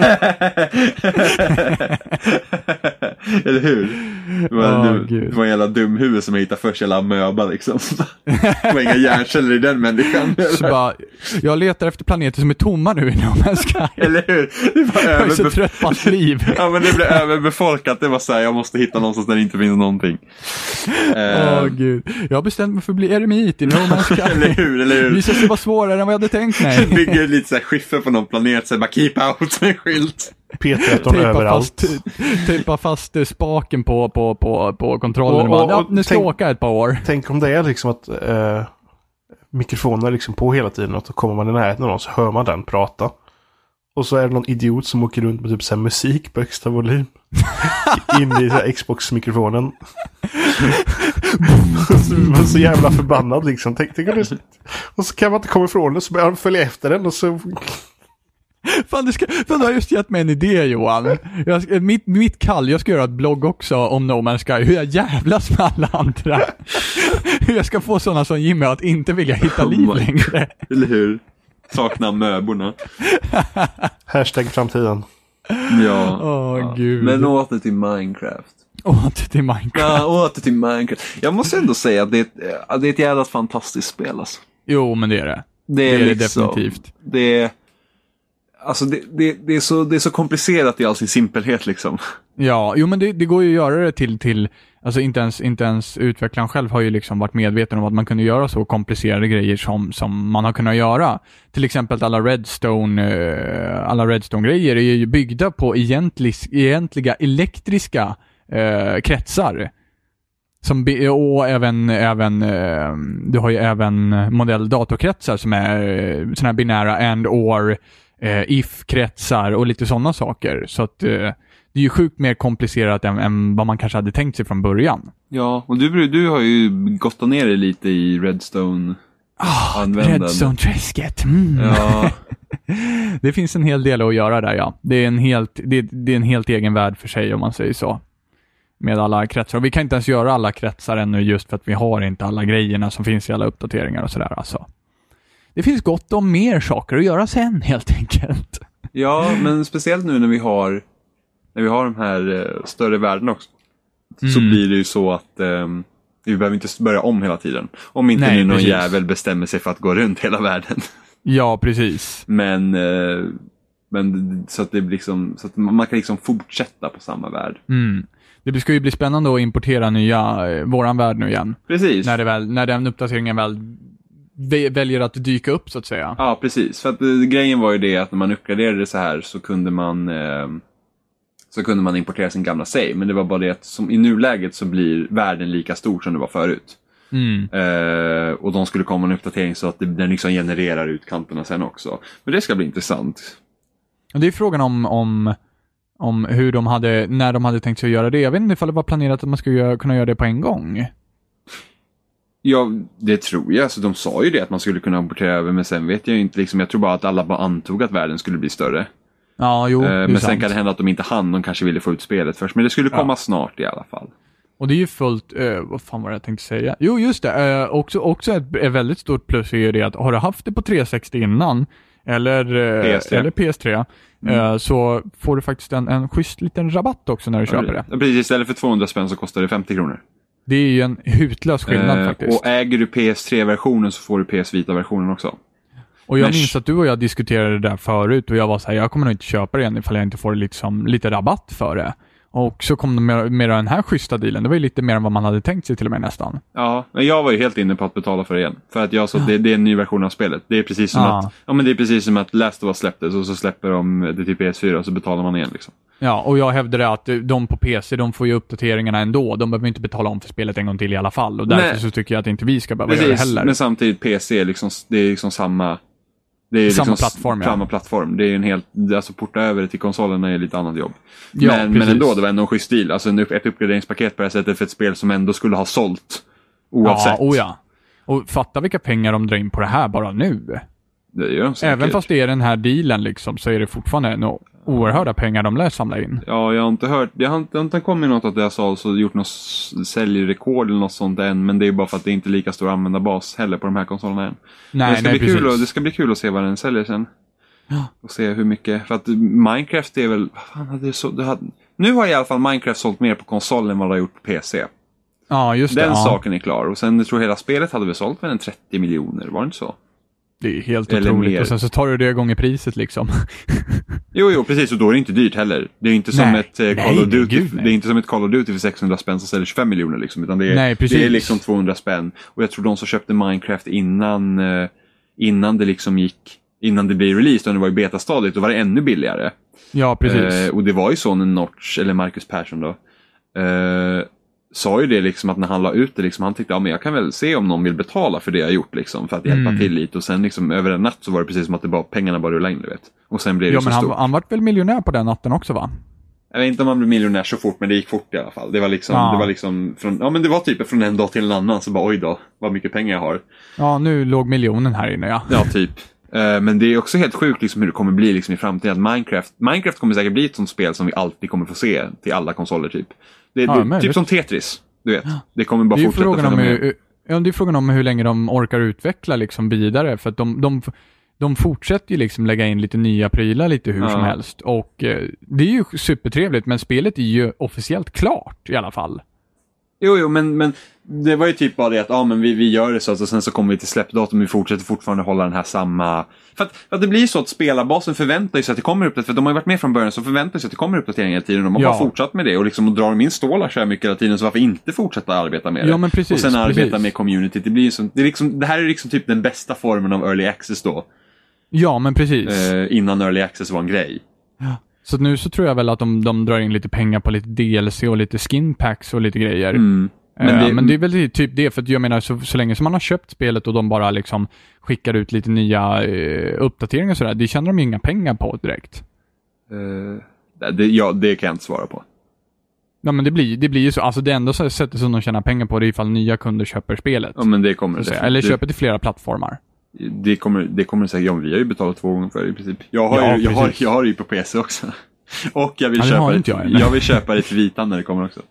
Eller hur? Det var, oh, det, det var en jävla dum huvud som jag hittade först, jävla möba liksom. Det var inga hjärnceller i den människan. Så bara, jag letar efter planeter som är tomma nu i No Man's Sky. Eller hur? Det var jag är så trött på allt liv. Ja, men det blev överbefolkat. Det var så här, jag måste hitta någonstans där det inte finns någonting. Åh oh, uh, gud. Jag har bestämt mig för att bli eremit i No Man's Sky. Eller hur? Eller hur? Det visade sig vara svårare än vad jag hade tänkt mig. Bygger lite så här skiffer på någon planet, så bara keep out med skylt. P tretton överallt. Fast, tejpa fast spaken på, på, på, på kontrollen. Och, och, och, ja, nu ska tänk, åka ett par år. Tänk om det är liksom att eh, mikrofonen är liksom på hela tiden och så kommer man i närheten av någon så hör man den prata. Och så är det någon idiot som åker runt med typ så här musik på högsta volym. In i så här Xbox-mikrofonen. Man är så jävla förbannad liksom. Tänk, tänk det, och så kan man inte komma ifrån det, så börjar han följa efter den och så... Fan, du, ska, fan, du har just gett mig en idé, Johan. Jag, mitt, mitt kall, jag ska göra ett blogg också om No Man's Sky. Hur jag jävlas med alla andra. Hur jag ska få sådana som Jimmy att inte vilja hitta liv oh längre. Eller hur? Sakna möborna. Hashtag framtiden. Ja. Åh, ja. Gud. Men åter till Minecraft. Åter till Minecraft. Ja, åter till Minecraft. Jag måste ändå säga att det är ett, att det är ett jävla fantastiskt spel alltså. Jo, men det är det. Det är, det, är liksom, det definitivt. Det är... Alltså det, det, det, är så, det är så komplicerat i all sin simpelhet liksom. Ja, jo men det, det går ju att göra det till, till alltså inte ens, inte ens utvecklaren själv har ju liksom varit medveten om att man kunde göra så komplicerade grejer som, som man har kunnat göra. Till exempel alla Redstone, alla Redstone-grejer är ju byggda på egentlig, egentliga elektriska eh, kretsar. Som, och även, även du har ju även modelldatorkretsar som är såna här binära and or Uh, if-kretsar och lite sådana saker. Så att uh, det är ju sjukt mer komplicerat än, än vad man kanske hade tänkt sig från början. Ja, och du, du har ju gått ner dig lite i Redstone oh, Redstone-träsket. Mm. Ja. Det finns en hel del att göra där, ja. Det är en helt, det, det är en helt egen värld för sig om man säger så. Med alla kretsar. Och vi kan inte ens göra alla kretsar ännu just för att vi har inte alla grejerna som finns i alla uppdateringar och sådär alltså. Det finns gott om mer saker att göra sen, helt enkelt. Ja, men speciellt nu när vi har när vi har de här uh, större världen också. Mm. Så blir det ju så att um, vi behöver inte börja om hela tiden. Om inte Nej, nu någon precis. jävel bestämmer sig för att gå runt hela världen. Ja, precis. Men, uh, men så att det blir liksom, så att man kan liksom fortsätta på samma värld. Mm. Det ska ju bli spännande att importera nya, uh, våran värld nu igen. Precis. När, det väl, när den uppdateringen väl väljer att dyka upp så att säga. Ja, precis. För att eh, grejen var ju det att när man uppgraderade så här så kunde man eh, så kunde man importera sin gamla save. Men det var bara det att som i nuläget så blir världen lika stor som det var förut. Mm. Eh, och de skulle komma en uppdatering så att det, den liksom genererar ut kanterna sen också. Men det ska bli intressant. Och det är frågan om, om, om hur de hade, när de hade tänkt sig att göra det. Jag vet inte ifall det var planerat att man skulle göra, kunna göra det på en gång. Ja, det tror jag. Så de sa ju det att man skulle kunna importera över, men sen vet jag ju inte liksom, jag tror bara att alla bara antog att världen skulle bli större. Ja, jo, eh, Men sen sant. kan det hända att de inte hann, de kanske ville få ut spelet först, men det skulle komma ja. snart i alla fall. Och det är ju fullt, eh, vad fan var det jag tänkte säga? Jo, just det. Eh, också också ett, ett väldigt stort plus är ju det att har du haft det på trehundrasextio innan, eller, eh, P S tre, eller P S tre, mm. eh, så får du faktiskt en, en schysst liten rabatt också när du ja, köper det. Precis, istället för tvåhundra spänn så kostar det femtio kronor. Det är ju en hutlös skillnad eh, faktiskt. Och äger du P S tre-versionen så får du P S Vita-versionen också. Och jag Men... minns att du och jag diskuterade det där förut och jag var så här, jag kommer nog inte köpa det igen ifall jag inte får liksom, lite rabatt för det. Och så kom de med, med den här schyssta dealen. Det var ju lite mer än vad man hade tänkt sig till och med nästan. Ja, men jag var ju helt inne på att betala för det igen. För att jag sa att det, det är en ny version av spelet. Det är precis som ja. att ja, men det är precis som att Last of Us släpptes och så släpper de det till P S fyra och så betalar man igen liksom. Ja, och jag hävdade att de på P C, de får ju uppdateringarna ändå. De behöver inte betala om för spelet en gång till i alla fall. Och därför Nej. så tycker jag att inte vi ska behöva precis, göra det heller. Men samtidigt P C är liksom, det är liksom samma... Det är samma liksom plattform, ja. Samma plattform. Det är en helt, alltså porta över det till konsolerna är lite annat jobb. Ja, men, men ändå, det var ändå en schysst stil. Alltså ett uppgraderingspaket på det här sättet för ett spel som ändå skulle ha sålt. Oavsett. Ja, oh ja. Och fatta vilka pengar de drar in på det här bara nu. Det gör de säkert. Även fast det är den här dealen liksom, så är det fortfarande några oerhörda pengar de lär samla in. Ja, jag har inte hört, jag har inte, jag har inte kommit något att det har sålt och gjort något säljrekord eller något sånt än, men det är bara för att det är inte lika stor användarbas heller på de här konsolerna än. Nej, det, ska nej, bli kul precis. och, det ska bli kul att se vad den säljer sen. Ja. Och se hur mycket, för att Minecraft är väl, vad fan hade det så, det hade, nu har i alla fall Minecraft sålt mer på konsol än vad det har gjort på P C. Ja, just det. Den ja. saken är klar, och sen jag tror hela spelet hade väl sålt med en trettio miljoner, var det inte så? Det är helt Eller otroligt. mer. Och sen så tar du det gånger priset liksom. Jo, jo, precis. Och då är det inte dyrt heller. Det är inte som Nej. ett eh, Call Nej, of Duty. gud, nej. Det är inte som ett Call of Duty för sexhundra spänn som säljer tjugofem miljoner liksom. Utan det är, Nej, precis. det är liksom tvåhundra spänn. Och jag tror de som köpte Minecraft innan, eh, innan det liksom gick, innan det blev released och det var i betastadiet, då var det ännu billigare. Ja, precis. Eh, och det var ju så när Notch, eller Marcus Persson då, eh, sa ju det liksom att när han la ut det liksom, han tyckte, ja men jag kan väl se om någon vill betala för det jag gjort liksom, för att hjälpa Mm. till lite, och sen liksom över en natt så var det precis som att det bara, pengarna bara rullade in, du vet. Och sen blev det Ja, så men han, stort. han var väl miljonär på den natten också, va? Jag vet inte om han blev miljonär så fort, men det gick fort i alla fall. Det var liksom, Ja. det var liksom från, ja men det var typ från en dag till en annan, så bara oj då, vad mycket pengar jag har. Ja, nu låg miljonen här inne, ja. Ja, typ. Uh, men det är också helt sjukt liksom hur det kommer bli liksom i framtiden, att Minecraft, Minecraft kommer säkert bli ett sånt spel som vi alltid kommer få se till alla konsoler typ. Det, Ja, det, typ som Tetris, du vet. Det kommer bara Det är ju fortsätta frågan om följa med. hur, ja, det är frågan om hur länge de orkar utveckla liksom vidare, för att de, de, de fortsätter ju liksom lägga in lite nya prylar lite hur Ja. som helst, och eh, det är ju supertrevligt, men spelet är ju officiellt klart i alla fall. Jo, jo, men, men det var ju typ bara det att ja, men vi, vi gör det så, och sen så kommer vi till släppdatum, vi fortsätter fortfarande hålla den här samma... För att, för att det blir så att spelarbasen förväntar sig att det kommer uppdateringar, för de har ju varit med från början, så förväntar sig att det kommer uppdateringar hela tiden, och man Ja. bara fortsatt med det, och liksom och drar de in stålar så här mycket hela tiden, så varför inte fortsätta arbeta med det? Ja, men precis, och sen arbeta precis. med community, det blir ju som, det, är liksom, det här är liksom typ den bästa formen av early access då, Ja, men precis. eh, innan early access var en grej. Ja. Så nu så tror jag väl att de, de drar in lite pengar på lite D L C och lite skin packs och lite grejer. Mm. Men, Men det, det- men det är väl typ det, för att jag menar så, så länge som man har köpt spelet och de bara liksom skickar ut lite nya eh, uppdateringar och sådär, det tjänar de ju inga pengar på direkt. Eh, det, ja, det kan jag inte svara på. Ja, men det blir, det blir ju så, alltså det enda sättet som de tjänar pengar på det är ifall nya kunder köper spelet. Ja, men det kommer Så att säga. det, Eller det, köper till flera plattformar. Det kommer, det kommer säga, ja, vi har ju betalat två gånger för det i princip. Jag har, Ja, ju, jag har, precis. jag har det ju på P C också. Och jag vill, Ja, det har köpa, inte jag det, än. jag vill köpa det till Vita när det kommer också.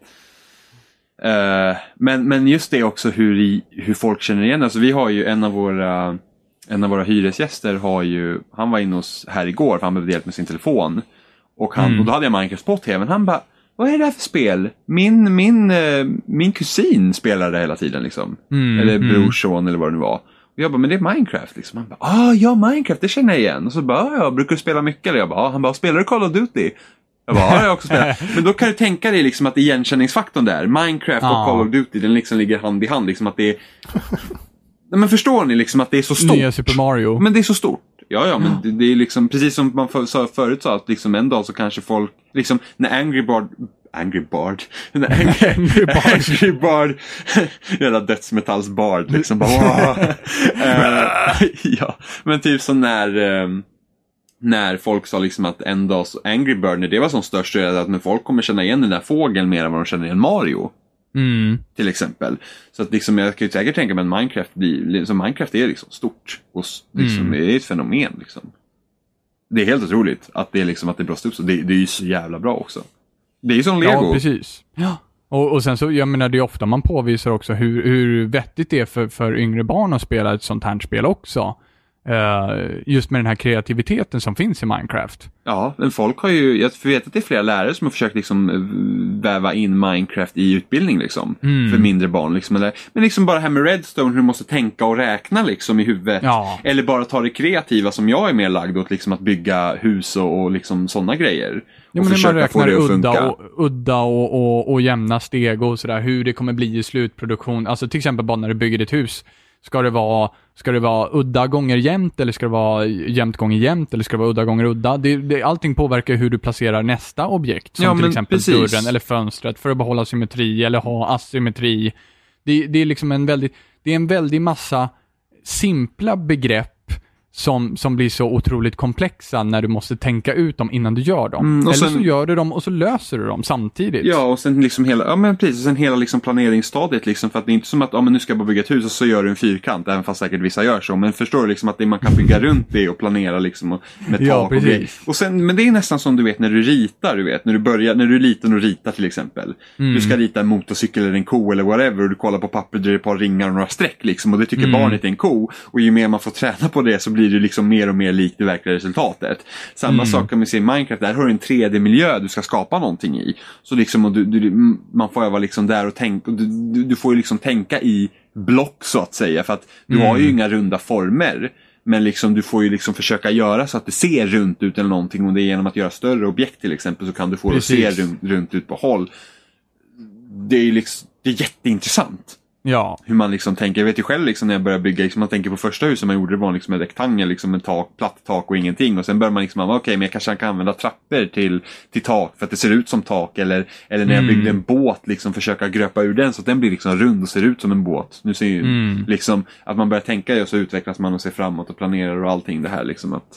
Uh, men, men just det också hur, i, hur folk känner igen. Alltså vi har ju en av våra, en av våra hyresgäster har ju, han var inne hos här igår för han behövde hjälp med sin telefon. Och, han, Mm. och då hade jag Minecraft på tvn. Han bara, vad är det här för spel? Min, min, uh, min kusin spelar det hela tiden liksom. Mm, Eller mm. brorson eller vad det nu var. Och jag bara, men det är Minecraft liksom. Han bara, ah ja, Minecraft, det känner jag igen. Och så bara, ah, ja, brukar du spela mycket? Eller jag bara, ah. Han bara, spelar du Call of Duty? Jag bara, ja, jag har också spelat. Men då kan du tänka dig liksom att igenkänningsfaktorn där, Minecraft och Ja. Call of Duty, den liksom ligger hand i hand. Liksom att det är... Nej, men förstår ni liksom att det är så stort? Nya Super Mario. Men det är så stort. Ja, ja, men det, det är liksom, precis som man för, sa förut sa, att liksom en dag så kanske folk, liksom, när Angry Bird, Angry Bird, när Angry, Angry Bird. Angry Bird, jävla dödsmetalls bard, liksom, bara, uh, ja, men typ som när, um, när folk sa liksom att en dag så, Angry Bird, när det var som störst, så är det att men folk kommer känna igen den där fågeln mer än vad de känner igen Mario. Mm. Till exempel. Så att liksom, jag kan ju säkert tänka mig att Minecraft blir, liksom, Minecraft är liksom stort. Och liksom, Mm. det är ett fenomen liksom. Det är helt otroligt att det är liksom, att det blåst upp så. Det, det är ju så jävla bra också. Det är ju som Lego. Ja, precis. Ja. Och, och sen så, jag menar, det är ofta man påvisar också hur, hur vettigt det är för, för yngre barn att spela ett sånt här spel också. Uh, just med den här kreativiteten som finns i Minecraft. Ja, men folk har ju, jag vet att det är flera lärare som har försökt liksom väva in Minecraft i utbildning liksom, mm. för mindre barn liksom, eller, men liksom bara här med Redstone, hur du måste tänka och räkna liksom i huvudet, ja. Eller bara ta det kreativa som jag är mer lagd åt, liksom att bygga hus och, och liksom sådana grejer. Ja, och men försöka man få det räknar att funka. udda, och, udda och, och, och jämna steg och sådär, hur det kommer bli i slutproduktion. Alltså till exempel bara när du bygger ditt hus. Ska det vara, ska det vara udda gånger jämnt, eller ska det vara jämnt gånger jämnt, eller ska det vara udda gånger udda? Det, det, allting påverkar hur du placerar nästa objekt, som ja, till exempel precis. dörren eller fönstret, för att behålla symmetri eller ha asymmetri. Det, det är liksom en väldigt, det är en väldig massa simpla begrepp som, som blir så otroligt komplexa när du måste tänka ut dem innan du gör dem. Mm, eller sen, så gör du dem och så löser du dem samtidigt. Ja, och sen liksom hela, ja men precis, och sen hela liksom planeringsstadiet liksom, för att det är inte som att, ja men nu ska jag bara bygga ett hus och så gör du en fyrkant, även fast säkert vissa gör så, men förstår du liksom att det, man kan bygga runt det och planera liksom och, med tak Ja, och grejer. Och sen, men det är nästan som du vet när du ritar, du vet, när du börjar, när du är liten och ritar till exempel. Mm. Du ska rita en motorcykel eller en ko eller whatever, och du kollar på papper där det är ett par ringar och några streck liksom, och det tycker mm. barnet är en ko, och ju mer man får träna på det så blir det liksom mer och mer likt det verkliga resultatet. Samma mm. sak kan man se i Minecraft, där har du en tre D-miljö du ska skapa någonting i. Så liksom, och du, du, man får ju vara liksom där och tänka, och du, du, du får ju liksom tänka i block så att säga, för att du mm. har ju inga runda former, men liksom du får ju liksom försöka göra så att det ser runt ut eller någonting, och det är genom att göra större objekt till exempel, så kan du få det att se runt, runt ut på håll. Det är liksom, det är jätteintressant. Ja. Hur man liksom tänker, jag vet ju själv liksom när jag började bygga, liksom man tänker på första huset man gjorde, det var liksom en rektangel, liksom en tak, platt tak och ingenting, och sen börjar man liksom, okej okay, men jag kanske kan använda trappor till, till tak för att det ser ut som tak, eller, eller när jag mm. byggde en båt liksom försöka gröpa ur den så att den blir liksom rund och ser ut som en båt. Nu ser ju mm. liksom att man börjar tänka och så utvecklas man och ser framåt och planerar och allting det här liksom, att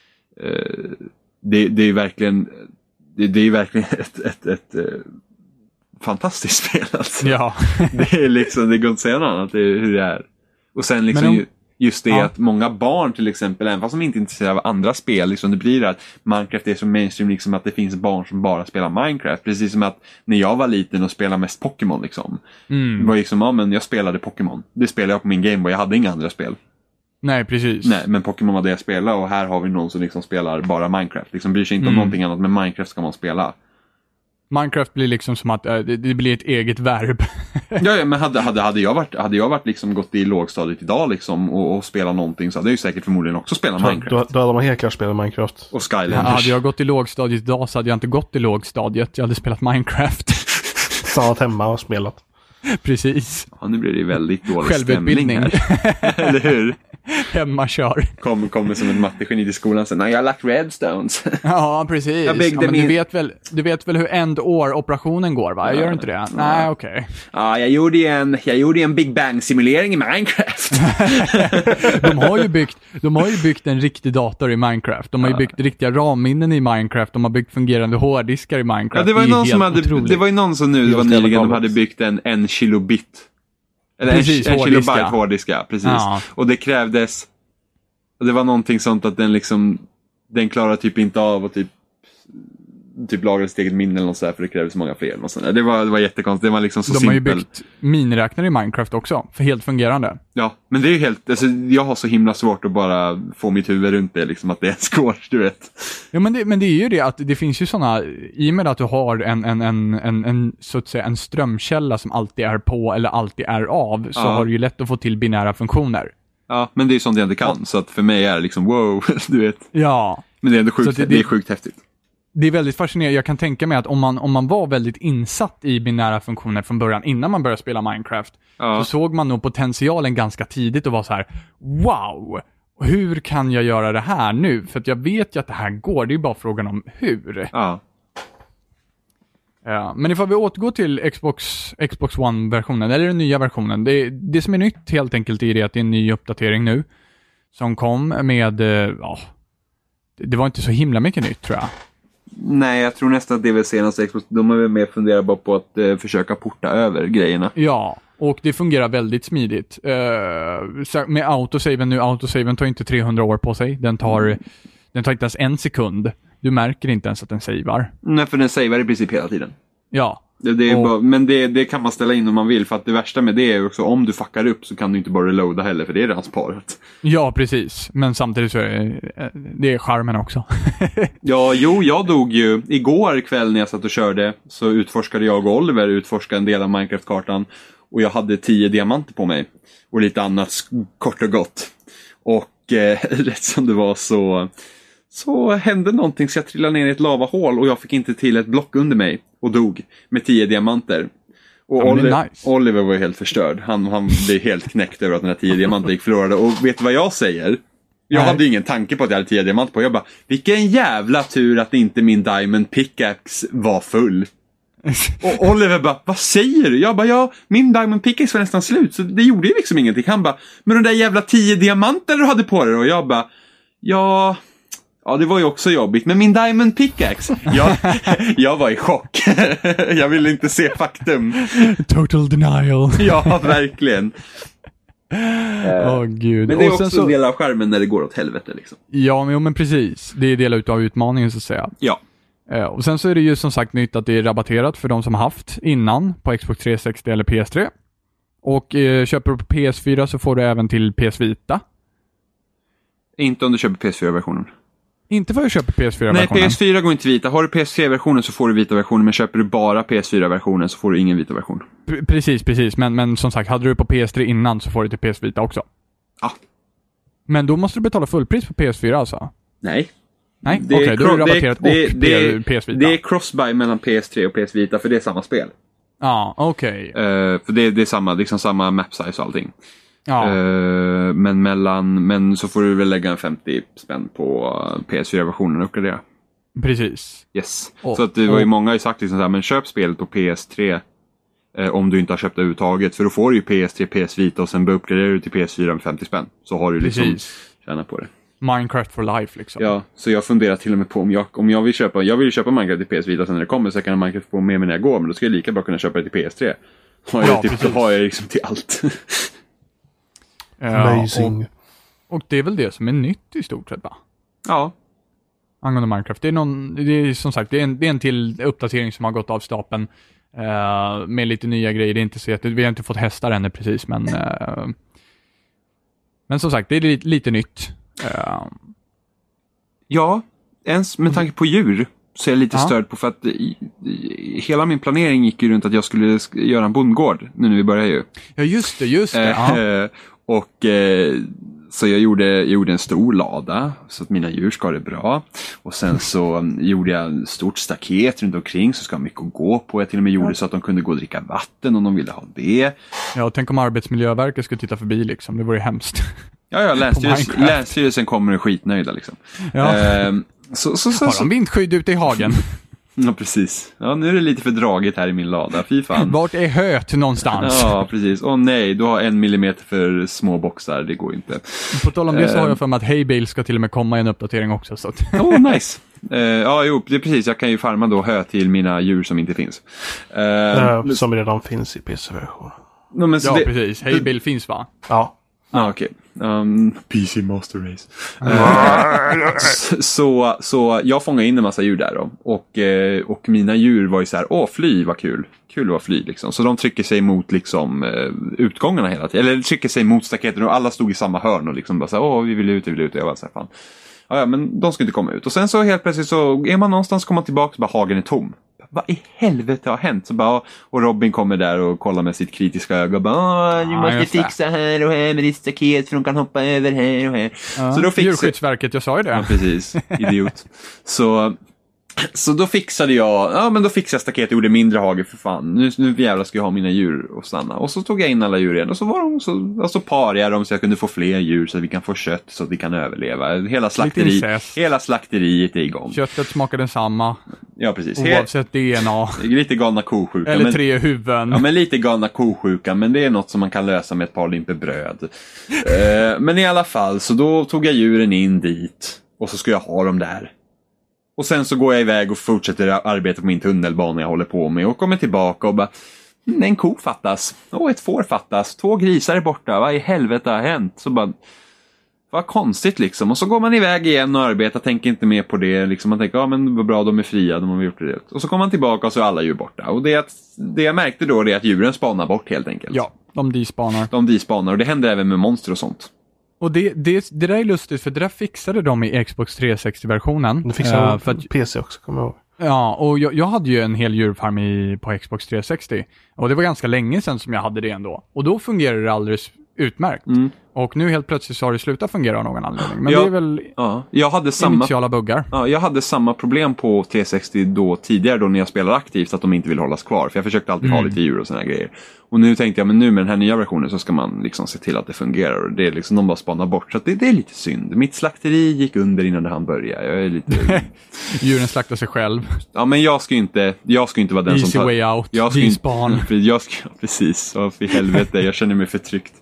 eh, det, det är verkligen det, det är verkligen ett, ett, ett, ett fantastiskt spel alltså. Ja. Det är liksom, det går inte att säga något annat, det är hur det är. Och sen liksom om, just det ja. Att många barn till exempel, även fast de inte är intresserade av andra spel, liksom det blir att Minecraft är så mainstream liksom, att det finns barn som bara spelar Minecraft. Precis som att när jag var liten och spelade mest Pokémon liksom. Mm. Det var liksom, ja men jag spelade Pokémon. Det spelade jag på min Game Boy, jag hade inga andra spel. Nej, precis. Nej, men Pokémon var det jag spelade, och här har vi någon som liksom spelar bara Minecraft. Liksom bryr sig inte mm. om någonting annat, men Minecraft ska man spela. Minecraft blir liksom som att äh, det, det blir ett eget verb. ja, ja, men hade, hade, hade jag varit, hade jag varit liksom gått i lågstadiet idag liksom och, och spelat någonting, så hade jag ju säkert förmodligen också spelat Minecraft. Då, då hade man helt klart spelat Minecraft. Och Skylanders. Ja, hade jag gått i lågstadiet idag så hade jag inte gått i lågstadiet. Jag hade spelat Minecraft. Stannat hemma och spelat. Precis. Ja, nu blir det väldigt dålig självutbildning här. Eller hur? Hemma kör. Kommer kom som en mattegeni till skolan sen. Nej, jag har lagt redstones. Ja, precis. Ja, men min... du, vet väl, du vet väl hur end-år-operationen går, va? Jag ja, gör inte det? Ja. Nej, okej. Okay. Ja, jag gjorde ju en, jag gjorde en Big Bang-simulering i Minecraft. de, har ju byggt, de har ju byggt en riktig dator i Minecraft. De har ju byggt ja. riktiga ramminnen i Minecraft. De har byggt fungerande hårddiskar i Minecraft. Ja, det var ju någon som hade, det var ju någon som nu, det var nyligen, de hade byggt en en kilobit. Eller precis, en, en kilobyte hårddiska, precis. Ja. Och det krävdes, och det var någonting sånt att den liksom, den klarar typ inte av att typ, typ lagra sitt eget minne eller något sådär, för det krävdes många fel. Och sånt. Det var, det var jättekonstigt, det var liksom så De simpel. De har ju byggt miniräknare i Minecraft också, för helt fungerande. Ja, men det är ju helt, alltså, jag har så himla svårt att bara få mitt huvud runt det, liksom att det är en skårs, du vet. Ja, men det, men det är ju det att det finns ju sådana, i och med att du har en, en, en, en, en, så att säga, en strömkälla som alltid är på eller alltid är av, så ja. har du ju lätt att få till binära funktioner. Ja, men det är ju sånt jag inte kan, ja. så att för mig är det liksom, wow, du vet. Ja. Men det är ändå sjukt, det, det, det är sjukt häftigt. Det är väldigt fascinerande. Jag kan tänka mig att om man, om man var väldigt insatt i binära funktioner från början, innan man började spela Minecraft, ja. så såg man nog potentialen ganska tidigt och var så här: wow, hur kan jag göra det här nu? För att jag vet ju att det här går, det är bara frågan om hur. Ja. Ja, men ifall vi återgår till Xbox, Xbox One-versionen, eller den nya versionen, det, det som är nytt helt enkelt är det att det är en ny uppdatering nu, som kom med, ja, det var inte så himla mycket nytt tror jag. Nej, jag tror nästan att det är väl senaste Xbox. De är väl mer funderat bara på att eh, försöka porta över grejerna. Ja, och det fungerar väldigt smidigt. Uh, med autosaven nu, autosaven tar inte trehundra år på sig. Den tar, mm. den tar inte ens en sekund. Du märker inte ens att den savar. Nej, för den savar i princip hela tiden. Ja. Det, det är och, bara, men det, det kan man ställa in om man vill. För att det värsta med det är också, om du fuckar upp så kan du inte bara reloada heller. För det är redan sparat. Ja, precis. Men samtidigt så är det, det är charmen också. Ja, jo, jag dog ju. Igår kväll när jag satt och körde så utforskade jag och Oliver utforskade en del av Minecraft-kartan. Och jag hade tio diamanter på mig. Och lite annat kort och gott. Och eh, rätt som det var så... Så hände någonting så jag trillade ner i ett lavahål och jag fick inte till ett block under mig och dog med tio diamanter. Och ja, Oliver, nice. Oliver var helt förstörd. Han, han blev helt knäckt över att den här tio diamanter gick förlorade. Och vet du vad jag säger? Jag Nej. hade ingen tanke på att jag hade tio diamanter på. Jag bara, vilken jävla tur att inte min diamond pickaxe var full. Och Oliver bara, vad säger du? Jag bara, ja, min diamond pickaxe var nästan slut. Så det gjorde ju liksom ingenting. Han bara, men de där jävla tio diamanter du hade på dig. Och jag bara, ja... Ja, det var ju också jobbigt. Men min diamond pickaxe, jag, jag var i chock. Jag ville inte se faktum. Total denial. Ja, verkligen. Åh, oh, gud. Men det är och sen också så... en del av skärmen när det går åt helvete liksom. Ja, men, men precis. Det är del utav utmaningen så att säga. Ja. Uh, och sen så är det ju som sagt nytt att det är rabatterat för de som haft innan på Xbox tre sextio eller P S tre. Och uh, köper du på P S fyra så får du även till P S Vita. Inte om du köper P S fyra-versionen. Inte för att köpa P S fyra-versionen. Nej, P S fyra går inte vita. Har du P S tre-versionen så får du vita versionen. Men köper du bara P S fyra-versionen så får du ingen vita version. P- precis, precis. Men, men som sagt, hade du på P S tre innan så får du till P S Vita också. Ja. Men då måste du betala fullpris på P S fyra alltså? Nej. Nej, okej. Okay, då är det rabatterat det, och det, P S Vita. Det är crossbuy mellan P S tre och P S Vita för det är samma spel. Ja, okej. Okay. Uh, för det, det är samma, liksom samma map size och allting. Ja. Uh, men mellan men så får du väl lägga en femtio spänn på P S fyra-versionen och uppgradera. Precis. Yes. Och, så att det var ju och, många har ju sagt liksom så här, men köp spelet på P S tre eh, om du inte har köpt det överhuvudtaget. För då får du ju P S tre, P S Vita och sen uppgraderar du till P S fyra med femtio spänn. Så har du liksom tjänat på det. Minecraft for life liksom. Ja, så jag funderar till och med på om jag, om jag vill köpa, jag vill ju köpa Minecraft till P S Vita sen när det kommer så jag kan ha Minecraft på med mig när jag går. Men då ska jag lika bra kunna köpa det till P S tre. Har jag, ja, typ, då har jag liksom till allt. Amazing. Ja, och, och det är väl det som är nytt i stort sett va? Ja. Angående Minecraft. Det är, någon, det är som sagt, det är en, det är en till uppdatering som har gått av stapeln. Uh, med lite nya grejer. Det är inte så jätte, vi har inte fått hästar ännu precis, men uh, men som sagt, det är lite, lite nytt. Uh, ja, ens med tanke på djur så är jag lite ja. störd på för att i, i, hela min planering gick ju runt att jag skulle göra en bondgård nu när vi börjar ju. Ja, just det, just det. Uh, och uh, så jag gjorde, jag gjorde en stor lada så att mina djur ska ha det bra. Och sen så um, gjorde jag ett stort staket runt omkring så ska ha mycket att gå på. Jag till och med gjorde ja. så att de kunde gå och dricka vatten om de ville ha det. Ja, tänk om Arbetsmiljöverket skulle titta förbi liksom. Det vore ju hemskt. Ja, ja, länsstyrelsen, länsstyrelsen kommer och skitnöjda liksom. Ja. Uh, så, så, så, har de vindskydd ute i hagen? Ja, precis. Ja, nu är det lite för draget här i min lada. Fy fan. Vart är höet någonstans? Ja, precis. Åh nej, du har en millimeter för små boxar. Det går inte. På tal om det så har jag för mig att Haybale ska till och med komma i en uppdatering också. Så att... Åh, oh, nice. Uh, ja, jo, det är precis. Jag kan ju farma då hö till mina djur som inte finns. Uh, uh, som redan finns i P C-versionen. No, ja, det... precis. Haybale det... finns va? Ja. Ja, ah, okej. Okay. Um, P C Master Race. Uh, så, så jag fångade in en massa djur där då. Och, eh, och mina djur var ju så här, åh, fly, vad kul. Kul att vara fly liksom. Så de trycker sig mot liksom uh, utgångarna hela tiden. Eller trycker sig mot staketen och alla stod i samma hörn och liksom bara så här, åh, vi vill ut, vi vill ut. Och jag var så här, fan. Ja, ja, men de ska inte komma ut. Och sen så helt plötsligt så är man någonstans, kommer man tillbaka och bara hagen är tom. Vad i helvete har hänt? Så bara, och Robin kommer där och kollar med sitt kritiska öga och bara, du måste ja, fixa här och här med ditt staket för de kan hoppa över här och här. Ja, så då fixade... Djurskyddsverket, jag sa ju det. Ja, precis. Idiot. så... Så då fixade jag, ja men då fixade jag staketet och gjorde mindre hage för fan. Nu, nu jävlar ska jag ha mina djur och stanna. Och så tog jag in alla djur igen och så var de så, alltså parade jag dem så jag kunde få fler djur så att vi kan få kött så att vi kan överleva. Hela, slakteri, hela slakteriet är igång. Köttet smakar densamma. Ja, precis. Oavsett D N A. Lite galna kosjuka. Eller men, tre huvuden. Ja, men lite galna kosjuka. Men det är något som man kan lösa med ett par limper bröd. uh, men i alla fall, så då tog jag djuren in dit. Och så ska jag ha dem där. Och sen så går jag iväg och fortsätter arbeta på min tunnelbana jag håller på med. Och kommer tillbaka och bara, en ko fattas. Och ett får fattas. Två grisar är borta. Vad i helvete har hänt? Så bara, vad konstigt liksom. Och så går man iväg igen och arbetar, tänker inte mer på det. Liksom man tänker, ja men vad bra, de är fria, de har gjort det. Och så kommer man tillbaka och så är alla djur borta. Och det, att, det jag märkte då är att djuren spanar bort helt enkelt. Ja, de dispanar. De dispanar och det händer även med monster och sånt. Och det, det, det där är lustigt, för det där fixade de i Xbox tre sextio-versionen. Det fixade uh, de för att, P C också, kommer jag ihåg. Ja, och jag, jag hade ju en hel djurfarm i, på Xbox tre sextio. Och det var ganska länge sedan som jag hade det ändå. Och då fungerade det alldeles utmärkt. Mm. Och nu helt plötsligt så har det slutat fungera av någon anledning. Men ja, det är väl ja, jag hade samma, initiala buggar. Ja, jag hade samma problem på tre sextio då tidigare då när jag spelade aktivt, att de inte vill hållas kvar. För jag försökte alltid mm. ha lite djur och såna här grejer. Och nu tänkte jag, men nu med den här nya versionen så ska man liksom se till att det fungerar. Och det är liksom, de bara spanar bort. Så att det, det är lite synd. Mitt slakteri gick under innan det hann börja. Jag är lite... Djuren slaktar sig själv. Ja, men jag ska ju inte, jag ska inte vara den Easy som tar... way out. Jag ska Despawn. inte, jag ska, precis. Så för helvete, jag känner mig förtryckt.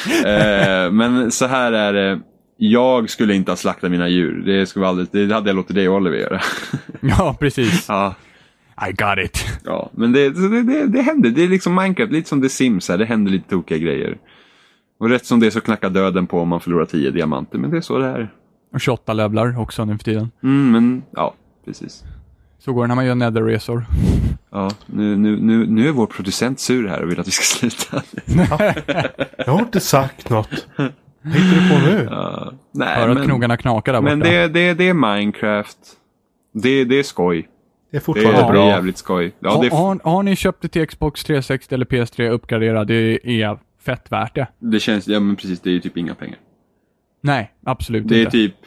eh, men så här är det. Jag skulle inte ha slaktat mina djur. Det, skulle aldrig, det hade jag låtit dig och Oliver göra. Ja, precis. Ja. I got it. Ja, men det, det, det, det händer. Det är liksom Minecraft, lite som The Sims här. Det händer lite tokiga grejer. Och rätt som det så knackar döden på om man förlorar tio diamanter. Men det är så det är. Och tjugoåtta levlar också nu för tiden. Mm, men ja, precis. Så går det när man gör netherresor. Ja, nu, nu, nu, nu är vår producent sur här och vill att vi ska sluta. Ja, jag har inte sagt något. Vad hittar du på nu? Ja, nej, Hör men, att knogarna knakar där borta. Men det, det, det är Minecraft. Det, det är skoj. Det är Det fortfarande är bra. jävligt skoj. Ja, har, det, har, har ni köpt det till Xbox tre sextio eller P S tre uppgraderad? Det är fett värt det. det känns, ja men precis, det är ju typ inga pengar. Nej, absolut Det är inte. typ,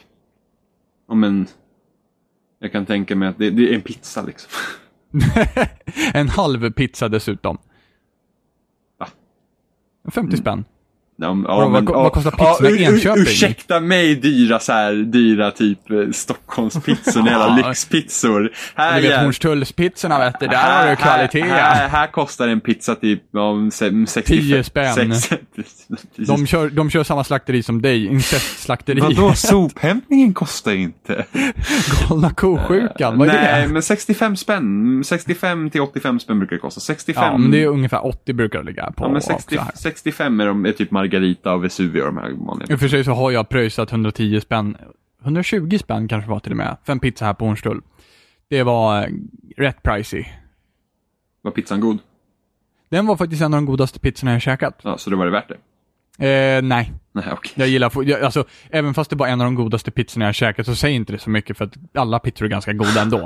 ja men, jag kan tänka mig att det, det är en pizza liksom. En halv pizza dessutom. Va? femtio spänn. Ja, Vad- ja, men, vad- vad ja, kostar pizzorna i ja, ur- Enköping? Ursäkta mig dyra så här, dyra typ eh, Stockholmspizzor, jävla Ja. lyxpizzor. Här, Du vet jä- Hornstullspizzorna, vet du, där har du kvalitet. Här, här, här kostar en pizza typ ja, sextiofem tio spänn. sex- De kör, de kör samma slakteri som dig, incestslakteri. Vadå, sophämtningen kostar inte. Galna kosjukan, vad är Nej, det? men sextiofem spänn. sextiofem till åttiofem spänn brukar det kosta. sextiofem. Ja, men det är ungefär åttio brukar det ligga på. Ja, men också sextio, här. sextiofem är, de, är typ Margarita och Vesuvio de här I vanliga. och för sig så har jag pröjsat hundratio spänn, hundratjugo spänn kanske var till och med, för en pizza här på Hornstull. Det var eh, rätt pricey. Var pizzan god? Den var faktiskt en av de godaste pizzorna jag käkat. Ja, så det var det värt det? Eh, nej, Nej, okej. jag gillar, fo- jag, alltså, även fast det var en av de godaste pizzorna jag käkat så säger inte det så mycket för att alla pizzor är ganska goda ändå.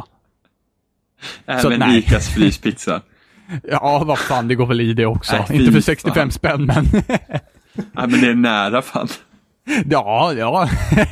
Så Även nej. Icas fryspizza. Ja, vad fan, det går väl i det också. Nej, fy inte för fan. sextiofem spänn, men Nej, men det är nära fan. ja, ja.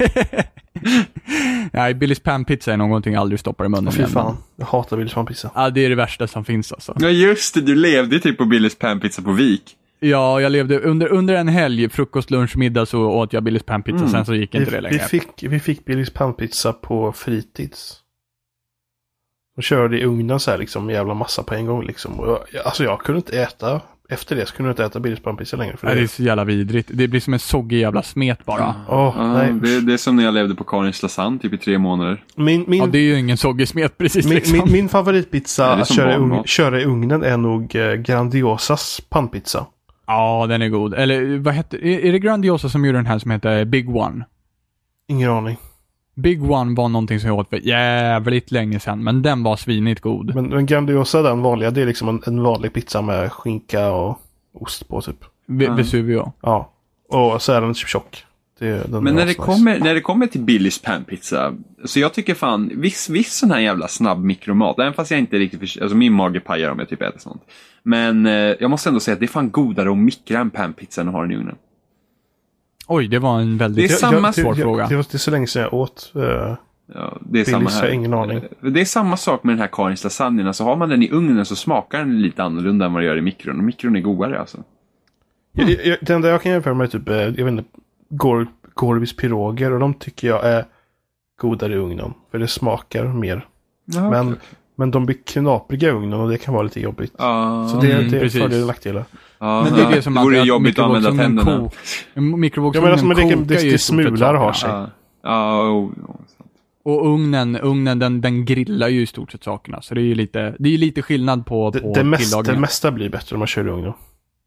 Nej, Billys panpizza är någonting jag aldrig stoppar i munnen Fy igen, fan, men- jag hatar Billys panpizza. Ja, det är det värsta som finns alltså. Ja, just det. Du levde typ på Billys panpizza på Vik. Ja, jag levde under, under en helg, frukost, lunch, middag så åt jag Billys panpizza, Mm. sen så gick inte det Vi, längre. vi, fick, vi fick Billys panpizza på fritids. De körde i ugnen så här liksom jävla massa på en gång liksom. Och jag, alltså jag kunde inte äta, efter det så kunde jag inte äta Billys panpizza längre. För Nej, det, det är så jävla vidrigt. Det blir som en soggig jävla smet bara. Åh, Ja, nej. det, det är som när jag levde på Karins lasagne typ i tre månader. Min, min, Ja, det är ju ingen soggig smet precis min, liksom. min, min favoritpizza Ja, det är att som köra i, ugn, barnmat. köra i ugnen är nog eh, Grandiosas panpizza. Ja, den är god. Eller vad heter, är, är det Grandiosa som gjorde den här som heter Big One? Ingen aning. Big One var någonting som jag åt för jävligt länge sedan, men den var svinigt god. Men, men Grandiosa, den vanliga, det är liksom en, en vanlig pizza med skinka och ost på typ. V- Ja. Vesuvio. Ja. Och så är den typ tjock. Det, den Men är när det, asnice. kommer, när det kommer till Billys panpizza, så jag tycker fan, viss, viss sån här jävla snabb mikromat, även fast jag inte riktigt för, alltså min mage pajar om jag typ äter sånt. Men eh, jag måste ändå säga att det är fan godare att mikra en panpizza än att ha den i ugnen. Oj, det var en väldigt Det är samma svår det, fråga. Det, det var så länge sedan jag åt. Uh, Ja, det är Billys samma har här. jag ingen aning. Eh, Det är samma sak med den här Karins lasagnen. Alltså har man den i ugnen så smakar den lite annorlunda än vad det gör i mikron. Och mikron är godare alltså. jag, jag, det enda jag kan jämföra med är typ, eh, jag vet inte, Gor, Gorbis piroger. Och de tycker jag är godare i ugnen. För det smakar mer. Ja, men, okej. men de blir knapriga i ugnen och det kan vara lite jobbigt. Ja, Så det, Mm, det är precis. fördelar och nackdelar. ja, Men det är ja, det som vore att- jobbigt att använda mikrovågsugnen tänderna. ko- En Ja, Mikrovågsugnen men alltså, men det, kokar kan- det, ju det i stort sett smular och har sakerna. sig. Ja, ja, oh, oh, sant. Och ugnen, ugnen den, den grillar ju i stort sett sakerna. Så det är ju lite, det är lite skillnad på, det, på det, mest, det tillagningen. mesta blir bättre om man kör i ugnen.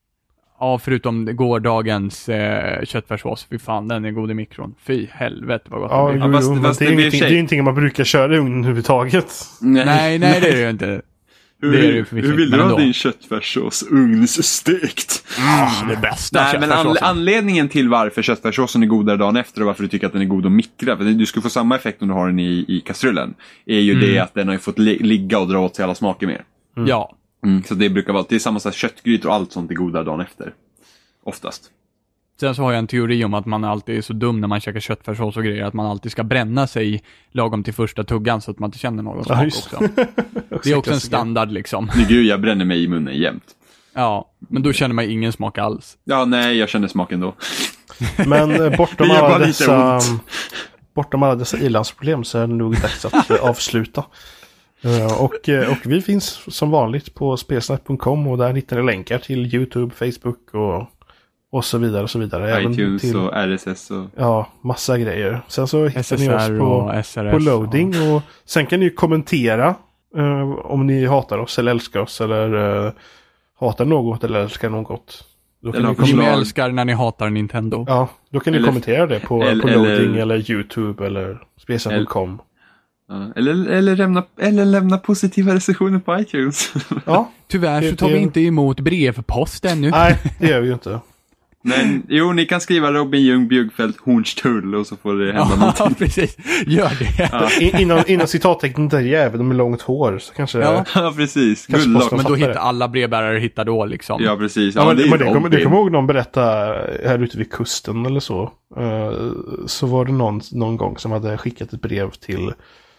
Ja, förutom gårdagens eh, köttfärssås. Fy fan, den är god i mikron. Fy helvete vad gott Ja, det jo, blir. Ja, fast- jo, men fast det är det blir ingenting, tjej- det är ingenting man brukar köra i ugnen överhuvudtaget. Nej, nej det är det ju inte. Hur, det är det ju förvisso hur vill inte, du men ha ändå. din köttfärssås ugnsstekt? Mm, det bästa Nej, men anle- köttfärssåsen. anledningen till varför köttfärssåsen är godare dagen efter och varför du tycker att den är god att mikra, för du skulle få samma effekt om du har den i, i kastrullen, är ju det att den har ju fått li- ligga och dra åt sig alla smaker mer. Ja. Mm, så det brukar vara, det är samma så här, köttgrytor och allt sånt är godare dagen efter. Oftast. Sen så har jag en teori om att man alltid är så dum när man käkar köttfärssås och grejer att man alltid ska bränna sig lagom till första tuggan så att man inte känner någon smak just. också. Det är också en standard liksom. Det gud, jag bränner mig i munnen jämt. Ja, men då känner man ingen smak alls. Ja, nej, jag känner smaken då. Men eh, bortom Det gör bara alla lite dessa ont. bortom alla dessa ilandsproblem så är det nog dags att eh, avsluta. Eh, och, eh, och vi finns som vanligt på spelsnack punkt com och där hittar ni länkar till YouTube, Facebook och, och så vidare och så vidare. Även iTunes till, och R S S och... ja, massa grejer. Sen så hittar S S ni oss R på, och S R S. på loading och sen kan ni ju kommentera eh, om ni hatar oss eller älskar oss eller eh, hatar något eller älskar något. Då kan Eller ni har Ni kommentera. förslag. älskar när ni hatar Nintendo. Ja, då kan ni Eller- kommentera det på, eller- på loading eller- eller YouTube eller spelsnack punkt com. Ja, eller, eller, lämna, eller lämna positiva recensioner på iTunes. Ja, Tyvärr så Det- tar vi det- inte emot brevpost ännu. nej, det gör vi ju inte. Men jo, ni kan skriva Robin Ljung Bjugfält Hornstull och så får det hända Ja, någonting. precis. Gör det. Ja. In, innan, innan citattecknen där jäveln med långt hår så kanske... Ja. Ja, precis. Kanske Good luck. posten- Men då fattar hittar det. alla brevbärare hittar då liksom. Ja, precis. Ja, Ja, men, det är men det kommer, det Robin. kommer ihåg någon berätta här ute vid kusten eller så. Eh, så var det någon, någon gång som hade skickat ett brev till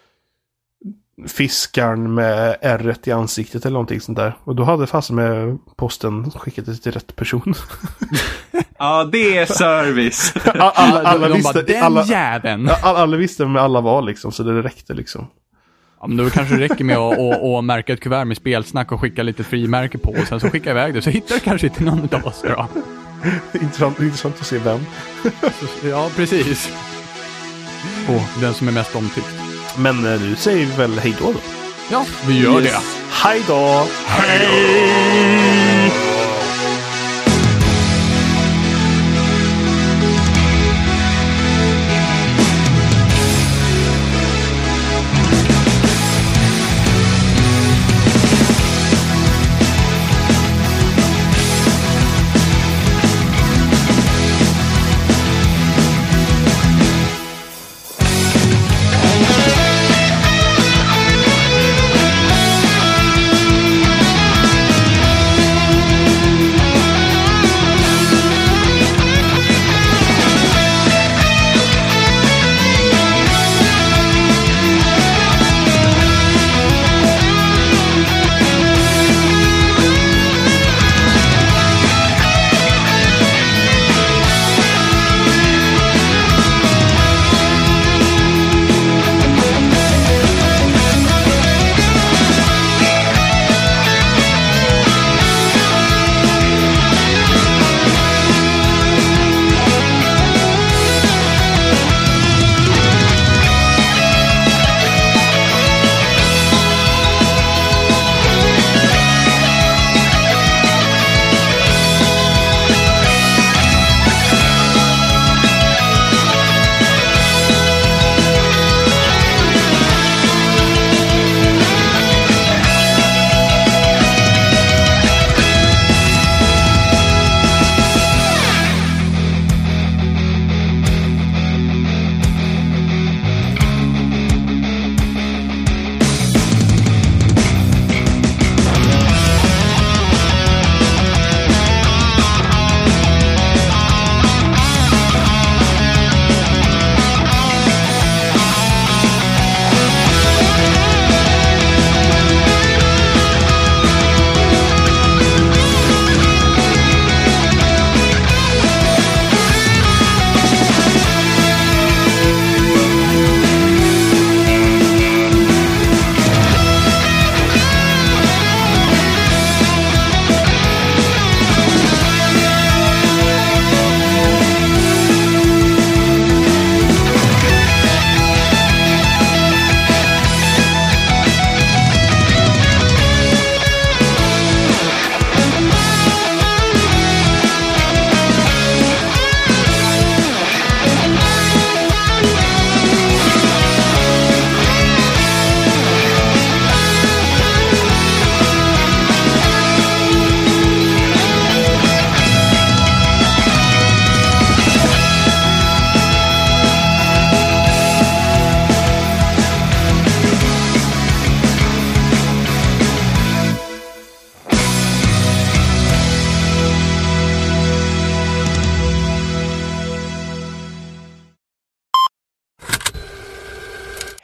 fiskaren med ärret i ansiktet eller någonting sånt där. Och då hade fasen med posten skickat det till rätt person. Ja, det är service. alla, alla, alla, de visste, bara, den alla, jäveln. alla, alla visste vem alla var liksom, så det räckte liksom. Ja, men då kanske det räcker med att, att, att märka ett kuvert med spelsnack och skicka lite frimärke på och sen så skicka iväg det. Så hittar du kanske inte någon av oss då. intressant, intressant att se vem. Så, ja, precis. Och den som är mest omtyckt. Men eh, nu säger vi väl hej då då. Ja, vi gör Yes. det. Hej då! Hej!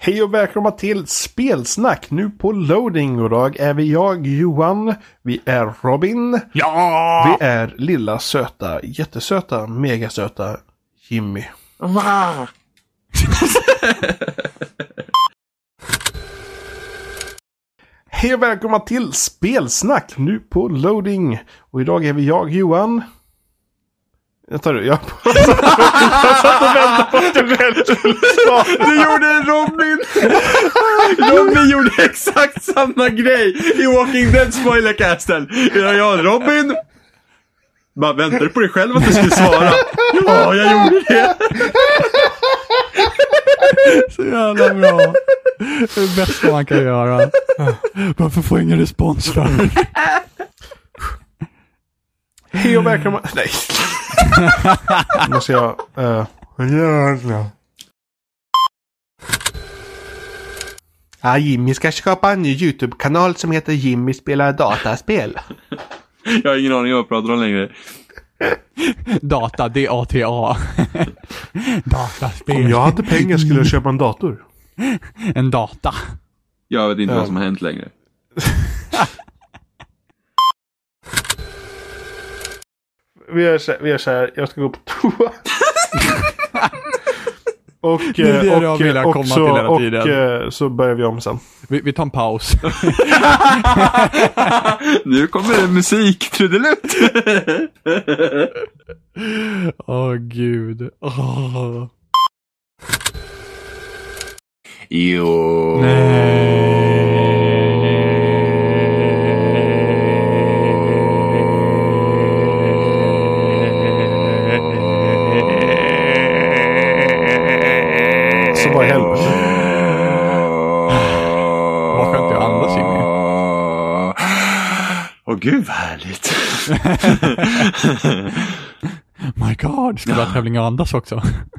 Hej och välkomna till Spelsnack nu på loading. Och idag är vi jag, Johan. Vi är Robin. Ja! Vi är lilla söta, jättesöta, megasöta Jimmy. Hej och välkomna till Spelsnack nu på loading. Och idag är vi jag, Johan. Jag tar det, jag, jag satt och väntade på att jag själv skulle svara. Du gjorde en Robin! Robin gjorde exakt samma grej i Walking Dead spoilercasten. Jag, jag Robin... Bara väntade på dig själv att du skulle svara. Ja, jag gjorde det. Så jävla bra. Det är det bästa man kan göra. Varför får jag ingen respons för? Hej och välkomna... Nej. Måste jag... Uh... Ja, Jimmy ska skapa en ny YouTube-kanal som heter Jimmy spelar dataspel. Jag har ingen aning om vad jag pratar om längre. Data, D A T A. Dataspel. Om jag hade pengar skulle jag köpa en dator. En data. Jag vet inte Ja. vad som har hänt längre. Vi gör så, vi gör så här, jag ska gå på toa. och Det är det du har och, velat och, komma så, till hela och, tiden. och så börjar vi om sen. Vi, vi tar en paus. Nu kommer det musik, trudelutt. Åh oh, gud. Oh. Jo. Så vad i helvete? Vad skönt jag andas, Jimmy. Åh gud vad härligt. My God, ska du ha tävling och andas också?